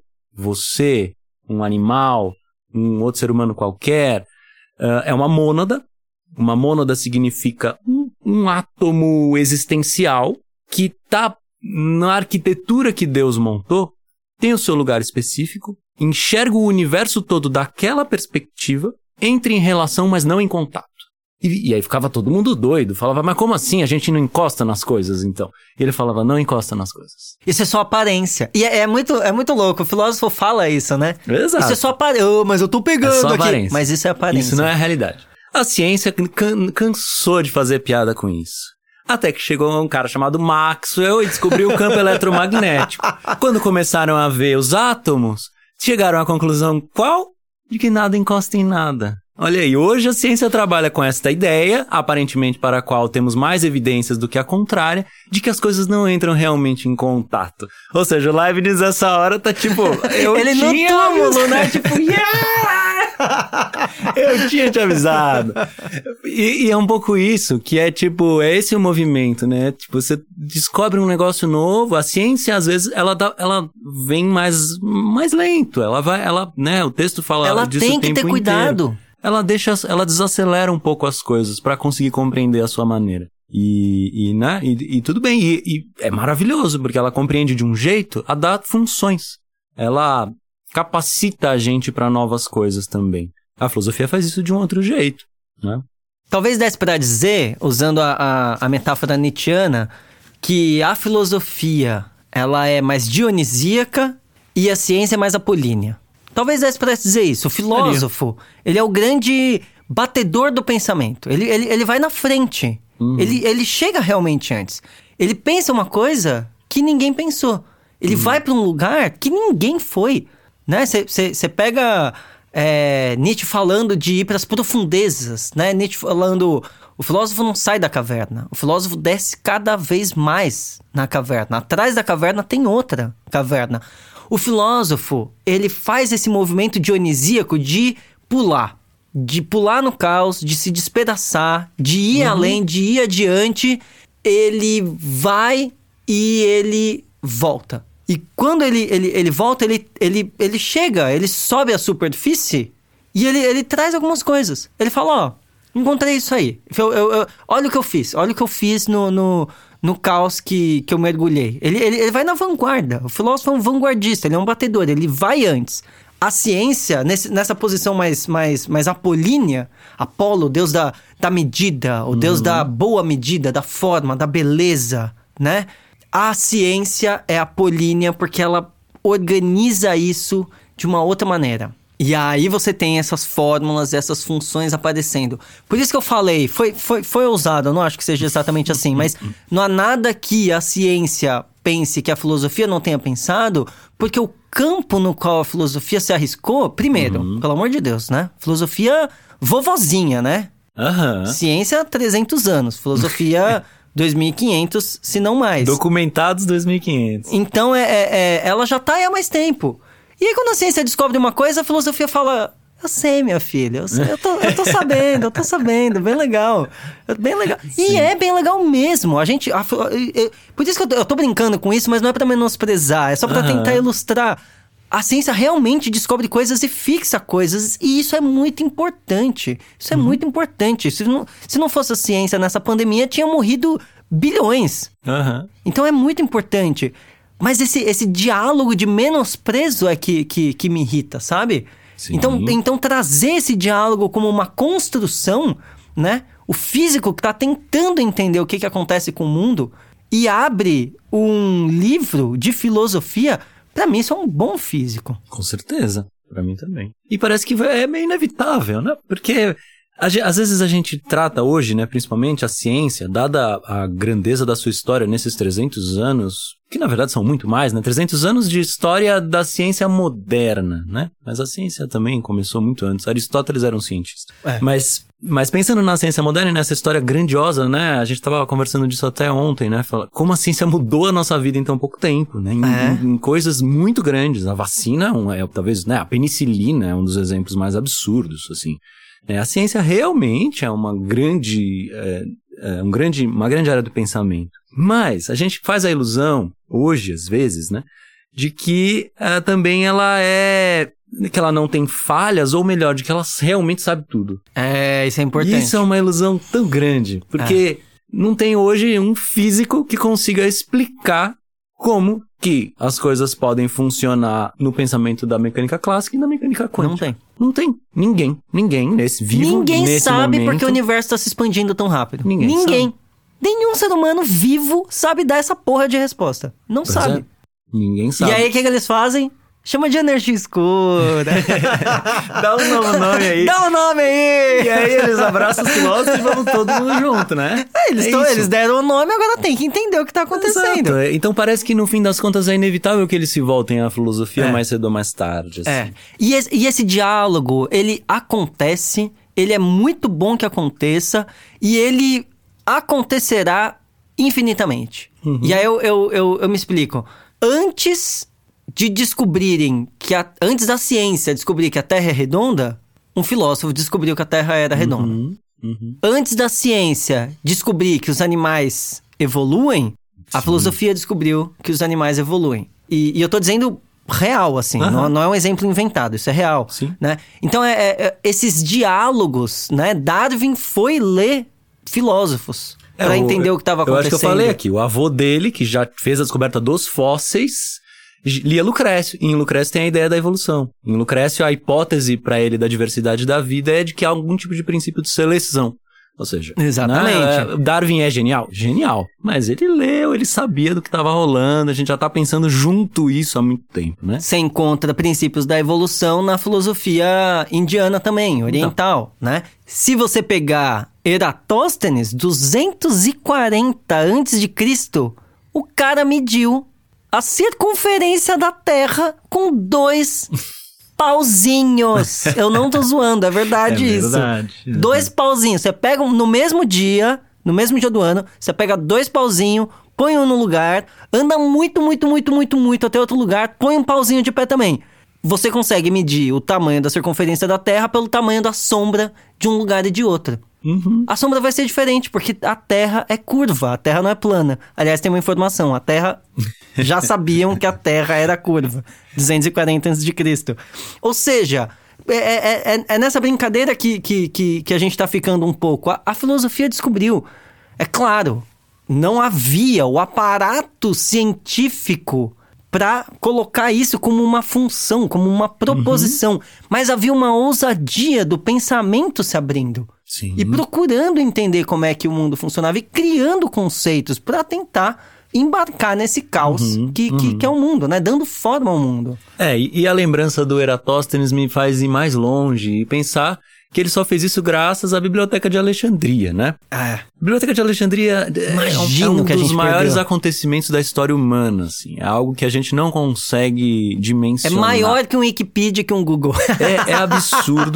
você, um animal, um outro ser humano qualquer, é uma mônada. Uma mônada significa um átomo existencial que está na arquitetura que Deus montou, tem o seu lugar específico, enxerga o universo todo daquela perspectiva, entra em relação, mas não em contato. E aí ficava todo mundo doido, falava, mas como assim? A gente não encosta nas coisas, então? E ele falava, não encosta nas coisas. Isso é só aparência. E é muito louco, o filósofo fala isso, né? Exato. Isso é só aparência. Mas eu tô pegando só aqui. Aparência. Mas isso é aparência. Isso não é a realidade. A ciência cansou de fazer piada com isso. Até que chegou um cara chamado Maxwell e descobriu o campo eletromagnético. Quando começaram a ver os átomos, chegaram à conclusão qual? De que nada encosta em nada. Olha aí, hoje a ciência trabalha com esta ideia, aparentemente para a qual temos mais evidências do que a contrária, de que as coisas não entram realmente em contato. Ou seja, o Leibniz nessa hora tá tipo... Ele no túmulo, né? Tipo, eu tinha te avisado. E é um pouco isso, que é tipo, é esse o movimento, né? Tipo, você descobre um negócio novo, a ciência às vezes, ela vem mais lento, né? O texto fala ela disso tem o tempo que ter cuidado. Inteiro. Ela desacelera um pouco as coisas para conseguir compreender a sua maneira. E tudo bem, e é maravilhoso, porque ela compreende de um jeito a dar funções. Ela capacita a gente para novas coisas também. A filosofia faz isso de um outro jeito, né? Talvez desse para dizer, usando a metáfora nietzschiana, que a filosofia ela é mais dionisíaca e a ciência é mais apolínea. Talvez desse para dizer isso. O filósofo, ele é o grande batedor do pensamento. Ele vai na frente. Ele chega realmente antes. Ele pensa uma coisa que ninguém pensou. Ele vai para um lugar que ninguém foi. Né? Você pega Nietzsche falando de ir para as profundezas. Né? Nietzsche falando... O filósofo não sai da caverna. O filósofo desce cada vez mais na caverna. Atrás da caverna tem outra caverna. O filósofo, ele faz esse movimento dionisíaco de pular. De pular no caos, de se despedaçar, de ir além, de ir adiante. Ele vai e ele volta. E quando ele volta, ele chega, ele sobe a superfície e ele traz algumas coisas. Ele fala, ó, encontrei isso aí. Olha o que eu fiz. Olha o que eu fiz no caos que eu mergulhei. Ele vai na vanguarda. O filósofo é um vanguardista, ele é um batedor, ele vai antes. A ciência, nessa posição mais apolínea, Apolo, o deus da medida, o deus da boa medida, da forma, da beleza, né? A ciência é apolínea porque ela organiza isso de uma outra maneira. E aí você tem essas fórmulas, essas funções aparecendo. Por isso que eu falei, foi ousado, eu não acho que seja exatamente assim, mas não há nada que a ciência pense que a filosofia não tenha pensado, porque o campo no qual a filosofia se arriscou, primeiro, pelo amor de Deus, né? Filosofia vovozinha, né? Ciência 300 anos, filosofia 2.500, se não mais. Documentados 2.500. Então, ela já tá aí há mais tempo. E aí, quando a ciência descobre uma coisa, a filosofia fala... Eu sei, minha filha, eu tô sabendo, bem legal. Bem legal. E é bem legal mesmo. Por isso que eu tô brincando com isso, mas não é pra menosprezar, é só pra tentar ilustrar. A ciência realmente descobre coisas e fixa coisas, e isso é muito importante. Isso é muito importante. Se não fosse a ciência nessa pandemia, tinham morrido bilhões. Então é muito importante. Mas esse diálogo de menosprezo é que me irrita, sabe? Sim. Então trazer esse diálogo como uma construção, né? O físico que está tentando entender o que acontece com o mundo e abre um livro de filosofia, para mim isso é um bom físico. Com certeza, para mim também. E parece que é meio inevitável, né? Porque às vezes a gente trata hoje, né, principalmente a ciência, dada a grandeza da sua história nesses 300 anos, que na verdade são muito mais, né? 300 anos de história da ciência moderna, né? Mas a ciência também começou muito antes. Aristóteles era um cientista. Mas pensando na ciência moderna e nessa história grandiosa, né? A gente estava conversando disso até ontem, né? Como a ciência mudou a nossa vida em tão pouco tempo, né? Em coisas muito grandes. A vacina, talvez, né? A penicilina é um dos exemplos mais absurdos, assim. A ciência realmente é uma grande área do pensamento. Mas a gente faz a ilusão, hoje, às vezes, né, de que também que ela não tem falhas, ou melhor, de que ela realmente sabe tudo. Isso é importante. Isso é uma ilusão tão grande, porque não tem hoje um físico que consiga explicar como que as coisas podem funcionar no pensamento da mecânica clássica e da mecânica quântica. Não tem. Ninguém nesse sabe momento, porque o universo está se expandindo tão rápido. Ninguém. Sabe. Nenhum ser humano vivo sabe dar essa porra de resposta. Não sabe. Ninguém sabe. E aí, o que eles fazem? Chama de energia escura. Dá um novo nome aí. Dá um nome aí! E aí eles abraçam os filósofos e vamos todo mundo junto, né? Eles deram o nome, agora tem que entender o que tá acontecendo. Exato. Então parece que no fim das contas é inevitável que eles se voltem à filosofia mais cedo ou mais tarde. Assim. E esse diálogo, ele acontece, ele é muito bom que aconteça e ele acontecerá infinitamente. E aí eu me explico. Antes de descobrirem antes da ciência descobrir que a Terra é redonda, um filósofo descobriu que a Terra era redonda. Antes da ciência descobrir que os animais evoluem, a filosofia descobriu que os animais evoluem. E eu tô dizendo real, assim, não é um exemplo inventado, isso é real. Né? Então, esses diálogos, né? Darwin foi ler filósofos. pra entender o que estava acontecendo. Eu acho que eu falei aqui, o avô dele, que já fez a descoberta dos fósseis, lia Lucrécio. E em Lucrécio tem a ideia da evolução. Em Lucrécio, a hipótese para ele da diversidade da vida é de que há algum tipo de princípio de seleção. Ou seja, exatamente. Darwin é genial? Genial. Mas ele leu, ele sabia do que estava rolando, a gente já está pensando junto isso há muito tempo, né? Você encontra princípios da evolução na filosofia indiana também, oriental, né? Se você pegar Eratóstenes, 240 a.C., o cara mediu a circunferência da Terra com 2 pauzinhos. Eu não tô zoando, é verdade isso. Verdade. 2 pauzinhos. Você pega no mesmo dia do ano, você pega 2 pauzinhos, põe um no lugar, anda muito até outro lugar, põe um pauzinho de pé também. Você consegue medir o tamanho da circunferência da Terra pelo tamanho da sombra de um lugar e de outro. Uhum. A sombra vai ser diferente, porque a Terra é curva, a Terra não é plana. Aliás, tem uma informação, a Terra... Já sabiam que a Terra era curva, 240 a.C. Ou seja, é nessa brincadeira que a gente está ficando um pouco. A filosofia descobriu. É claro, não havia o aparato científico para colocar isso como uma função, como uma proposição. Mas havia uma ousadia do pensamento se abrindo. Sim. E procurando entender como é que o mundo funcionava e criando conceitos para tentar embarcar nesse caos que é o mundo, né? Dando forma ao mundo. E a lembrança do Eratóstenes me faz ir mais longe e pensar que ele só fez isso graças à Biblioteca de Alexandria, né? A Biblioteca de Alexandria é um dos maiores acontecimentos da história humana, assim. É algo que a gente não consegue dimensionar. É maior que um Wikipedia, que um Google. É absurdo.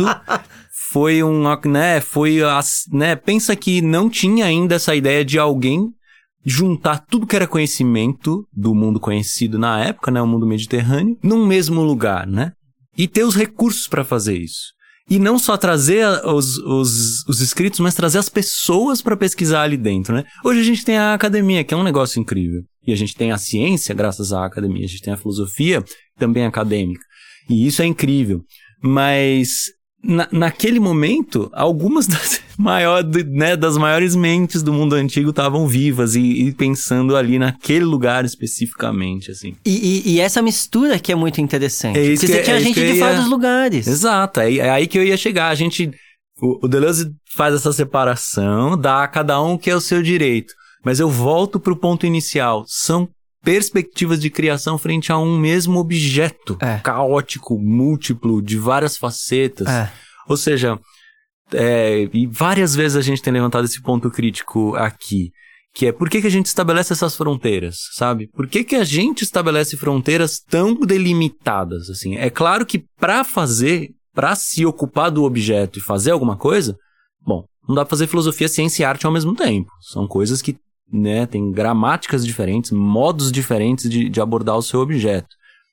Pensa que não tinha ainda essa ideia de alguém juntar tudo que era conhecimento do mundo conhecido na época, né, o mundo mediterrâneo, num mesmo lugar, né? E ter os recursos para fazer isso. E não só trazer os escritos, mas trazer as pessoas para pesquisar ali dentro, né? Hoje a gente tem a academia, que é um negócio incrível. E a gente tem a ciência, graças à academia. A gente tem a filosofia, também acadêmica. E isso é incrível. Mas... naquele momento, algumas das maiores mentes do mundo antigo estavam vivas e pensando ali naquele lugar especificamente, assim. E essa mistura que é muito interessante. Porque você tinha gente de vários lugares. Exato, é aí que eu ia chegar. O Deleuze faz essa separação, dá a cada um o que é o seu direito. Mas eu volto para o ponto inicial. São perspectivas de criação frente a um mesmo objeto caótico, múltiplo, de várias facetas. Ou seja, e várias vezes a gente tem levantado esse ponto crítico aqui, que é por que a gente estabelece essas fronteiras, sabe? Por que a gente estabelece fronteiras tão delimitadas, assim? É claro que para se ocupar do objeto e fazer alguma coisa, bom, não dá para fazer filosofia, ciência e arte ao mesmo tempo. São coisas que tem gramáticas diferentes, modos diferentes de abordar o seu objeto.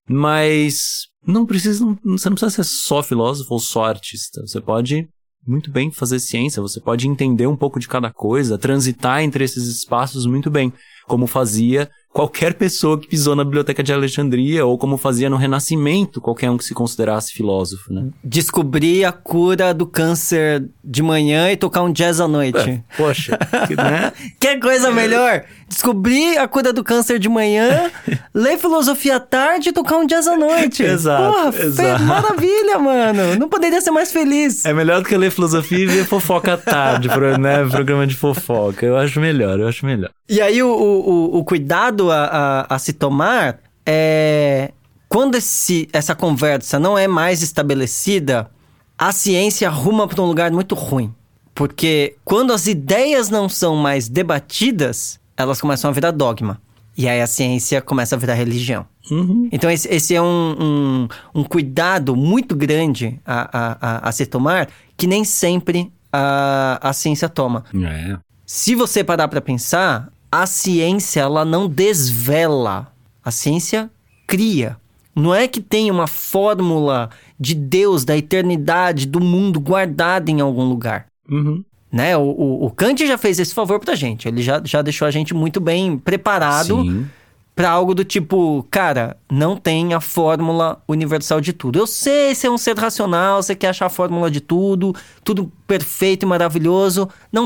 Mas você não precisa ser só filósofo ou só artista. Você pode muito bem fazer ciência, você pode entender um pouco de cada coisa, transitar entre esses espaços muito bem, como fazia qualquer pessoa que pisou na Biblioteca de Alexandria, ou como fazia no Renascimento, qualquer um que se considerasse filósofo, né? Descobrir a cura do câncer de manhã e tocar um jazz à noite. Poxa, né? Que coisa melhor? Descobrir a cura do câncer de manhã, ler filosofia à tarde e tocar um jazz à noite. Exato. Maravilha, mano. Não poderia ser mais feliz. É melhor do que ler filosofia e ver fofoca à tarde, né? Programa de fofoca. Eu acho melhor. E aí o cuidado a se tomar é... Quando essa conversa não é mais estabelecida, a ciência arruma para um lugar muito ruim. Porque quando as ideias não são mais debatidas, elas começam a virar dogma. E aí a ciência começa a virar religião. Então esse é um cuidado muito grande a se tomar, que nem sempre a ciência toma. Se você parar para pensar, a ciência ela não desvela, a ciência cria. Não é que tem uma fórmula de Deus, da eternidade, do mundo guardada em algum lugar. Né? O Kant já fez esse favor pra gente. Ele já deixou a gente muito bem preparado pra algo do tipo, cara, não tem a fórmula universal de tudo. Eu sei, você é um ser racional, você quer achar a fórmula de tudo perfeito e maravilhoso. Não tem.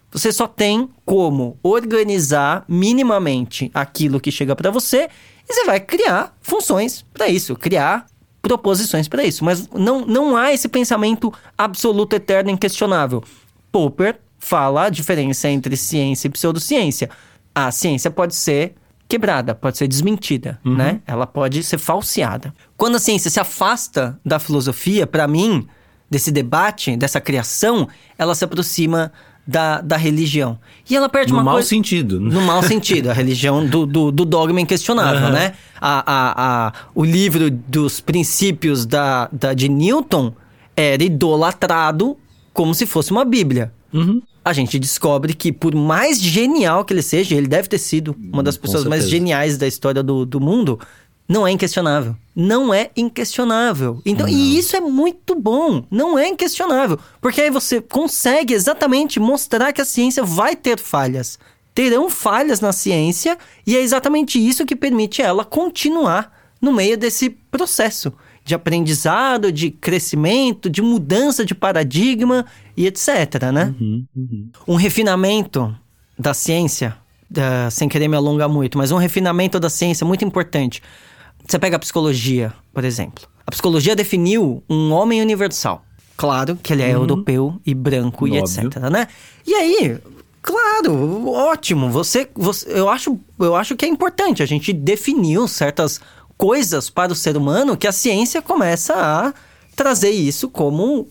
Você só tem como organizar minimamente aquilo que chega para você e você vai criar funções para isso, criar proposições para isso. Mas não há esse pensamento absoluto, eterno, inquestionável. Popper fala a diferença entre ciência e pseudociência. A ciência pode ser quebrada, pode ser desmentida, né? Ela pode ser falseada. Quando a ciência se afasta da filosofia, para mim, desse debate, dessa criação, ela se aproxima da religião. E ela perde uma coisa... No mau sentido. No mau sentido. A religião do dogma inquestionável, né? O livro dos princípios de Newton era idolatrado como se fosse uma Bíblia. A gente descobre que, por mais genial que ele seja, ele deve ter sido uma das pessoas mais geniais da história do mundo, não é inquestionável. Não é inquestionável. Então, e isso é muito bom. Não é inquestionável. Porque aí você consegue exatamente mostrar que a ciência vai ter falhas. Terão falhas na ciência e é exatamente isso que permite ela continuar no meio desse processo de aprendizado, de crescimento, de mudança de paradigma e etc, né? Um refinamento da ciência, sem querer me alongar muito, mas um refinamento da ciência muito importante. Você pega a psicologia, por exemplo. A psicologia definiu um homem universal. Claro que ele é europeu e branco e etc, né? E aí, claro, ótimo. Eu acho que é importante. A gente definiu certas coisas para o ser humano que a ciência começa a trazer isso como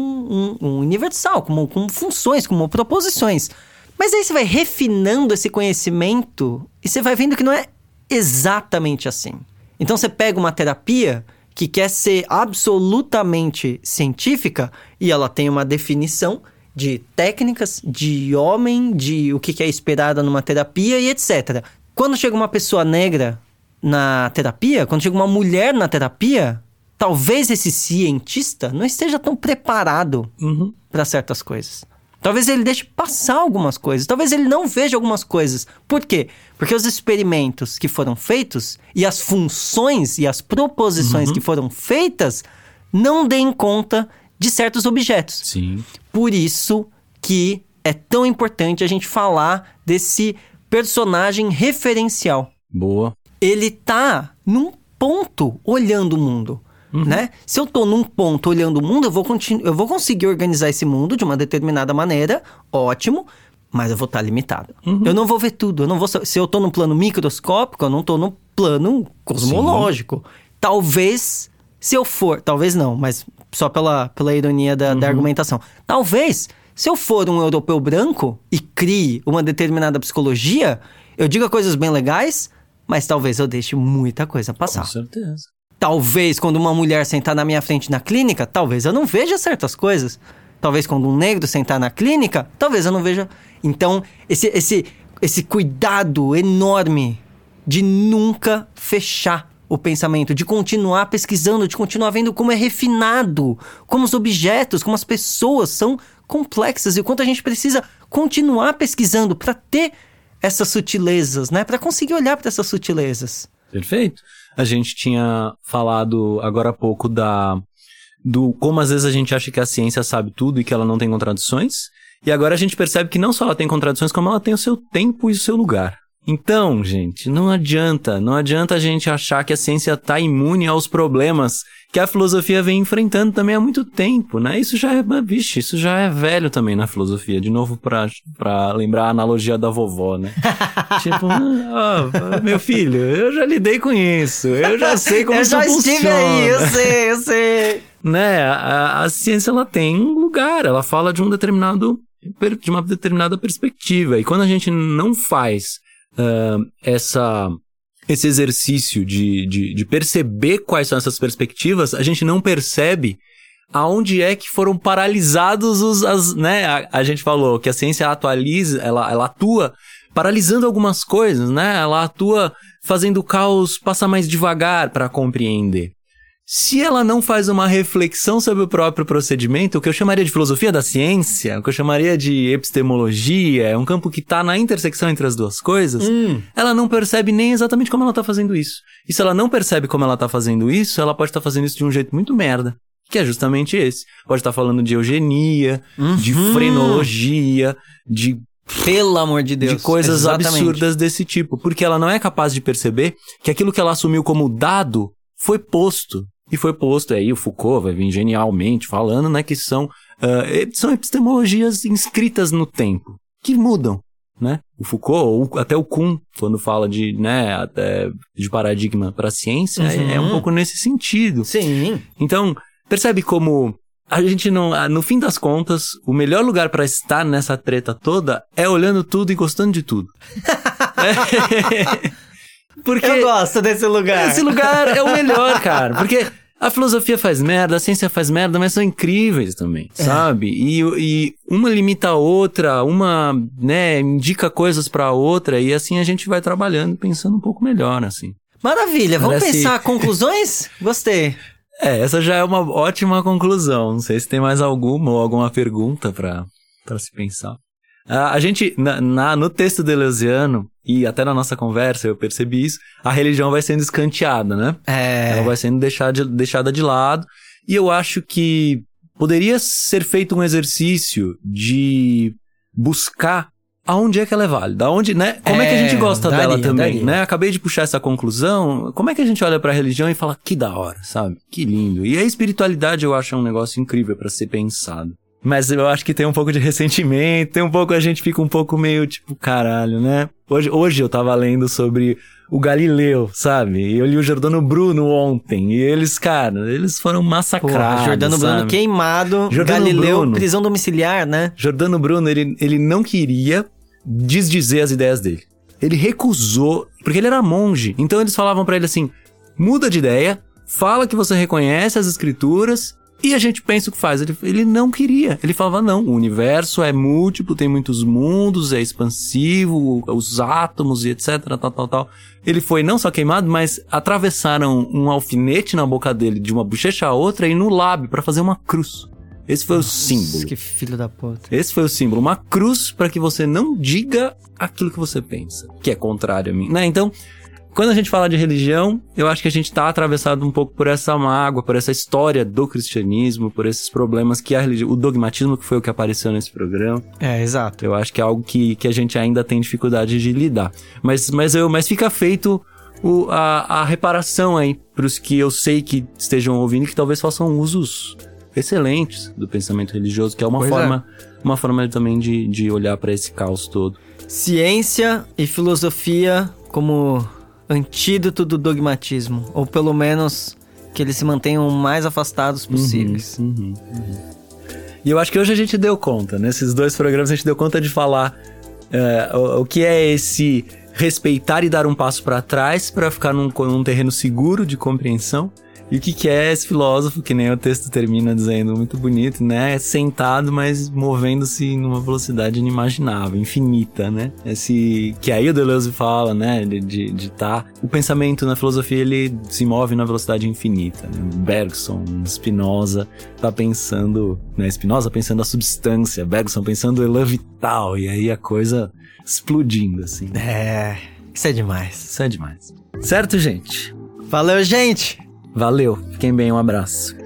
um universal, como funções, como proposições. Mas aí você vai refinando esse conhecimento e você vai vendo que não é exatamente assim. Então você pega uma terapia que quer ser absolutamente científica e ela tem uma definição de técnicas, de homem, de o que é esperado numa terapia e etc. Quando chega uma pessoa negra na terapia, quando chega uma mulher na terapia, talvez esse cientista não esteja tão preparado para certas coisas. Talvez ele deixe passar algumas coisas. Talvez ele não veja algumas coisas. Por quê? Porque os experimentos que foram feitos e as funções e as proposições que foram feitas não deem conta de certos objetos. Sim. Por isso que é tão importante a gente falar desse personagem referencial. Boa. Ele tá num ponto olhando o mundo. Né? Se eu tô num ponto olhando o mundo, eu vou conseguir organizar esse mundo de uma determinada maneira, ótimo, mas eu vou estar limitado. Eu não vou ver tudo. Se eu tô num plano microscópico, eu não tô num plano cosmológico. Talvez, se eu for... Talvez não, mas só pela ironia da argumentação. Talvez, se eu for um europeu branco e crie uma determinada psicologia, eu diga coisas bem legais, mas talvez eu deixe muita coisa passar. Com certeza. Talvez, quando uma mulher sentar na minha frente na clínica, talvez eu não veja certas coisas. Talvez, quando um negro sentar na clínica, talvez eu não veja. Então, esse cuidado enorme de nunca fechar o pensamento, de continuar pesquisando, de continuar vendo como é refinado, como os objetos, como as pessoas são complexas e o quanto a gente precisa continuar pesquisando para ter essas sutilezas, né? Para conseguir olhar para essas sutilezas. Perfeito. A gente tinha falado agora há pouco do como às vezes a gente acha que a ciência sabe tudo e que ela não tem contradições. E agora a gente percebe que não só ela tem contradições, como ela tem o seu tempo e o seu lugar. Então, gente, não adianta a gente achar que a ciência está imune aos problemas que a filosofia vem enfrentando também há muito tempo, né? Isso já é velho também na filosofia. De novo, pra lembrar a analogia da vovó, né? Tipo, meu filho, eu já lidei com isso, eu já sei como isso funciona. Eu já estive aí, eu sei. Né? A ciência, ela tem um lugar, ela fala de uma determinada perspectiva. E quando a gente não faz esse exercício de perceber quais são essas perspectivas, a gente não percebe aonde é que foram paralisados né? A gente falou que a ciência atualiza, ela atua paralisando algumas coisas, né? Ela atua fazendo o caos passar mais devagar para compreender. Se ela não faz uma reflexão sobre o próprio procedimento, o que eu chamaria de filosofia da ciência, o que eu chamaria de epistemologia, é um campo que está na intersecção entre as duas coisas, ela não percebe nem exatamente como ela está fazendo isso. E se ela não percebe como ela está fazendo isso, ela pode estar fazendo isso de um jeito muito merda, que é justamente esse. Pode estar falando de eugenia, de frenologia, de Pelo amor de Deus. De coisas Exatamente. absurdas desse tipo. Porque ela não é capaz de perceber que aquilo que ela assumiu como dado foi posto. E foi posto, aí o Foucault vai vir genialmente falando, né, que são epistemologias inscritas no tempo, que mudam, né? O Foucault, ou até o Kuhn, quando fala de, né, até de paradigma para a ciência, é um pouco nesse sentido. Sim. Então, percebe como a gente não, no fim das contas, o melhor lugar para estar nessa treta toda é olhando tudo e gostando de tudo. Porque eu gosto desse lugar. Esse lugar é o melhor, cara. Porque a filosofia faz merda, a ciência faz merda, mas são incríveis também, sabe? E uma limita a outra, uma, né, indica coisas pra outra, e assim a gente vai trabalhando, pensando um pouco melhor, assim. Maravilha, vamos pensar conclusões? Gostei. Essa já é uma ótima conclusão. Não sei se tem mais alguma ou alguma pergunta pra se pensar. A gente, no texto deleuziano, e até na nossa conversa eu percebi isso, a religião vai sendo escanteada, né? Ela vai sendo deixada de lado. E eu acho que poderia ser feito um exercício de buscar aonde é que ela é válida, aonde, né? Como é que a gente gosta dela também, né? Acabei de puxar essa conclusão. Como é que a gente olha pra religião e fala, que da hora, sabe? Que lindo. E a espiritualidade eu acho um negócio incrível pra ser pensado. Mas eu acho que tem um pouco de ressentimento, tem um pouco, a gente fica um pouco meio tipo, caralho, né? Hoje eu tava lendo sobre o Galileu, sabe? E eu li o Giordano Bruno ontem, e eles, cara, eles foram massacrados, Giordano sabe? Bruno queimado, Giordano Galileu, Bruno, prisão domiciliar, né? Giordano Bruno, ele não queria desdizer as ideias dele. Ele recusou, porque ele era monge, então eles falavam pra ele assim, muda de ideia, fala que você reconhece as escrituras, e a gente pensa o que faz. Ele não queria. Ele falava, não, o universo é múltiplo, tem muitos mundos, é expansivo, os átomos e etc, tal. Ele foi não só queimado, mas atravessaram um alfinete na boca dele, de uma bochecha a outra, e no lábio, pra fazer uma cruz. Esse foi o símbolo. Que filho da puta. Esse foi o símbolo. Uma cruz para que você não diga aquilo que você pensa, que é contrário a mim. Né? Então, quando a gente fala de religião, eu acho que a gente tá atravessado um pouco por essa mágoa, por essa história do cristianismo, por esses problemas que a religião, o dogmatismo que foi o que apareceu nesse programa. Exato. Eu acho que é algo que a gente ainda tem dificuldade de lidar. Mas fica feito a reparação aí pros que eu sei que estejam ouvindo e que talvez façam usos excelentes do pensamento religioso, que é uma forma também de olhar para esse caos todo. Ciência e filosofia como antídoto do dogmatismo, ou pelo menos que eles se mantenham o mais afastados possíveis. E eu acho que hoje a gente deu conta, nesses 2 programas a gente deu conta de falar o que é esse respeitar e dar um passo para trás para ficar num terreno seguro de compreensão. E o que é esse filósofo, que nem o texto termina dizendo, muito bonito, né? Sentado, mas movendo-se numa velocidade inimaginável, infinita, né? Que aí o Deleuze fala, né? De tá... O pensamento na filosofia, ele se move na velocidade infinita. Né? Bergson, Spinoza tá pensando... Né? Spinoza pensando a substância, Bergson pensando o elan vital. E aí a coisa explodindo, assim. Isso é demais. Isso é demais. Certo, gente? Valeu, gente! Valeu, fiquem bem, um abraço.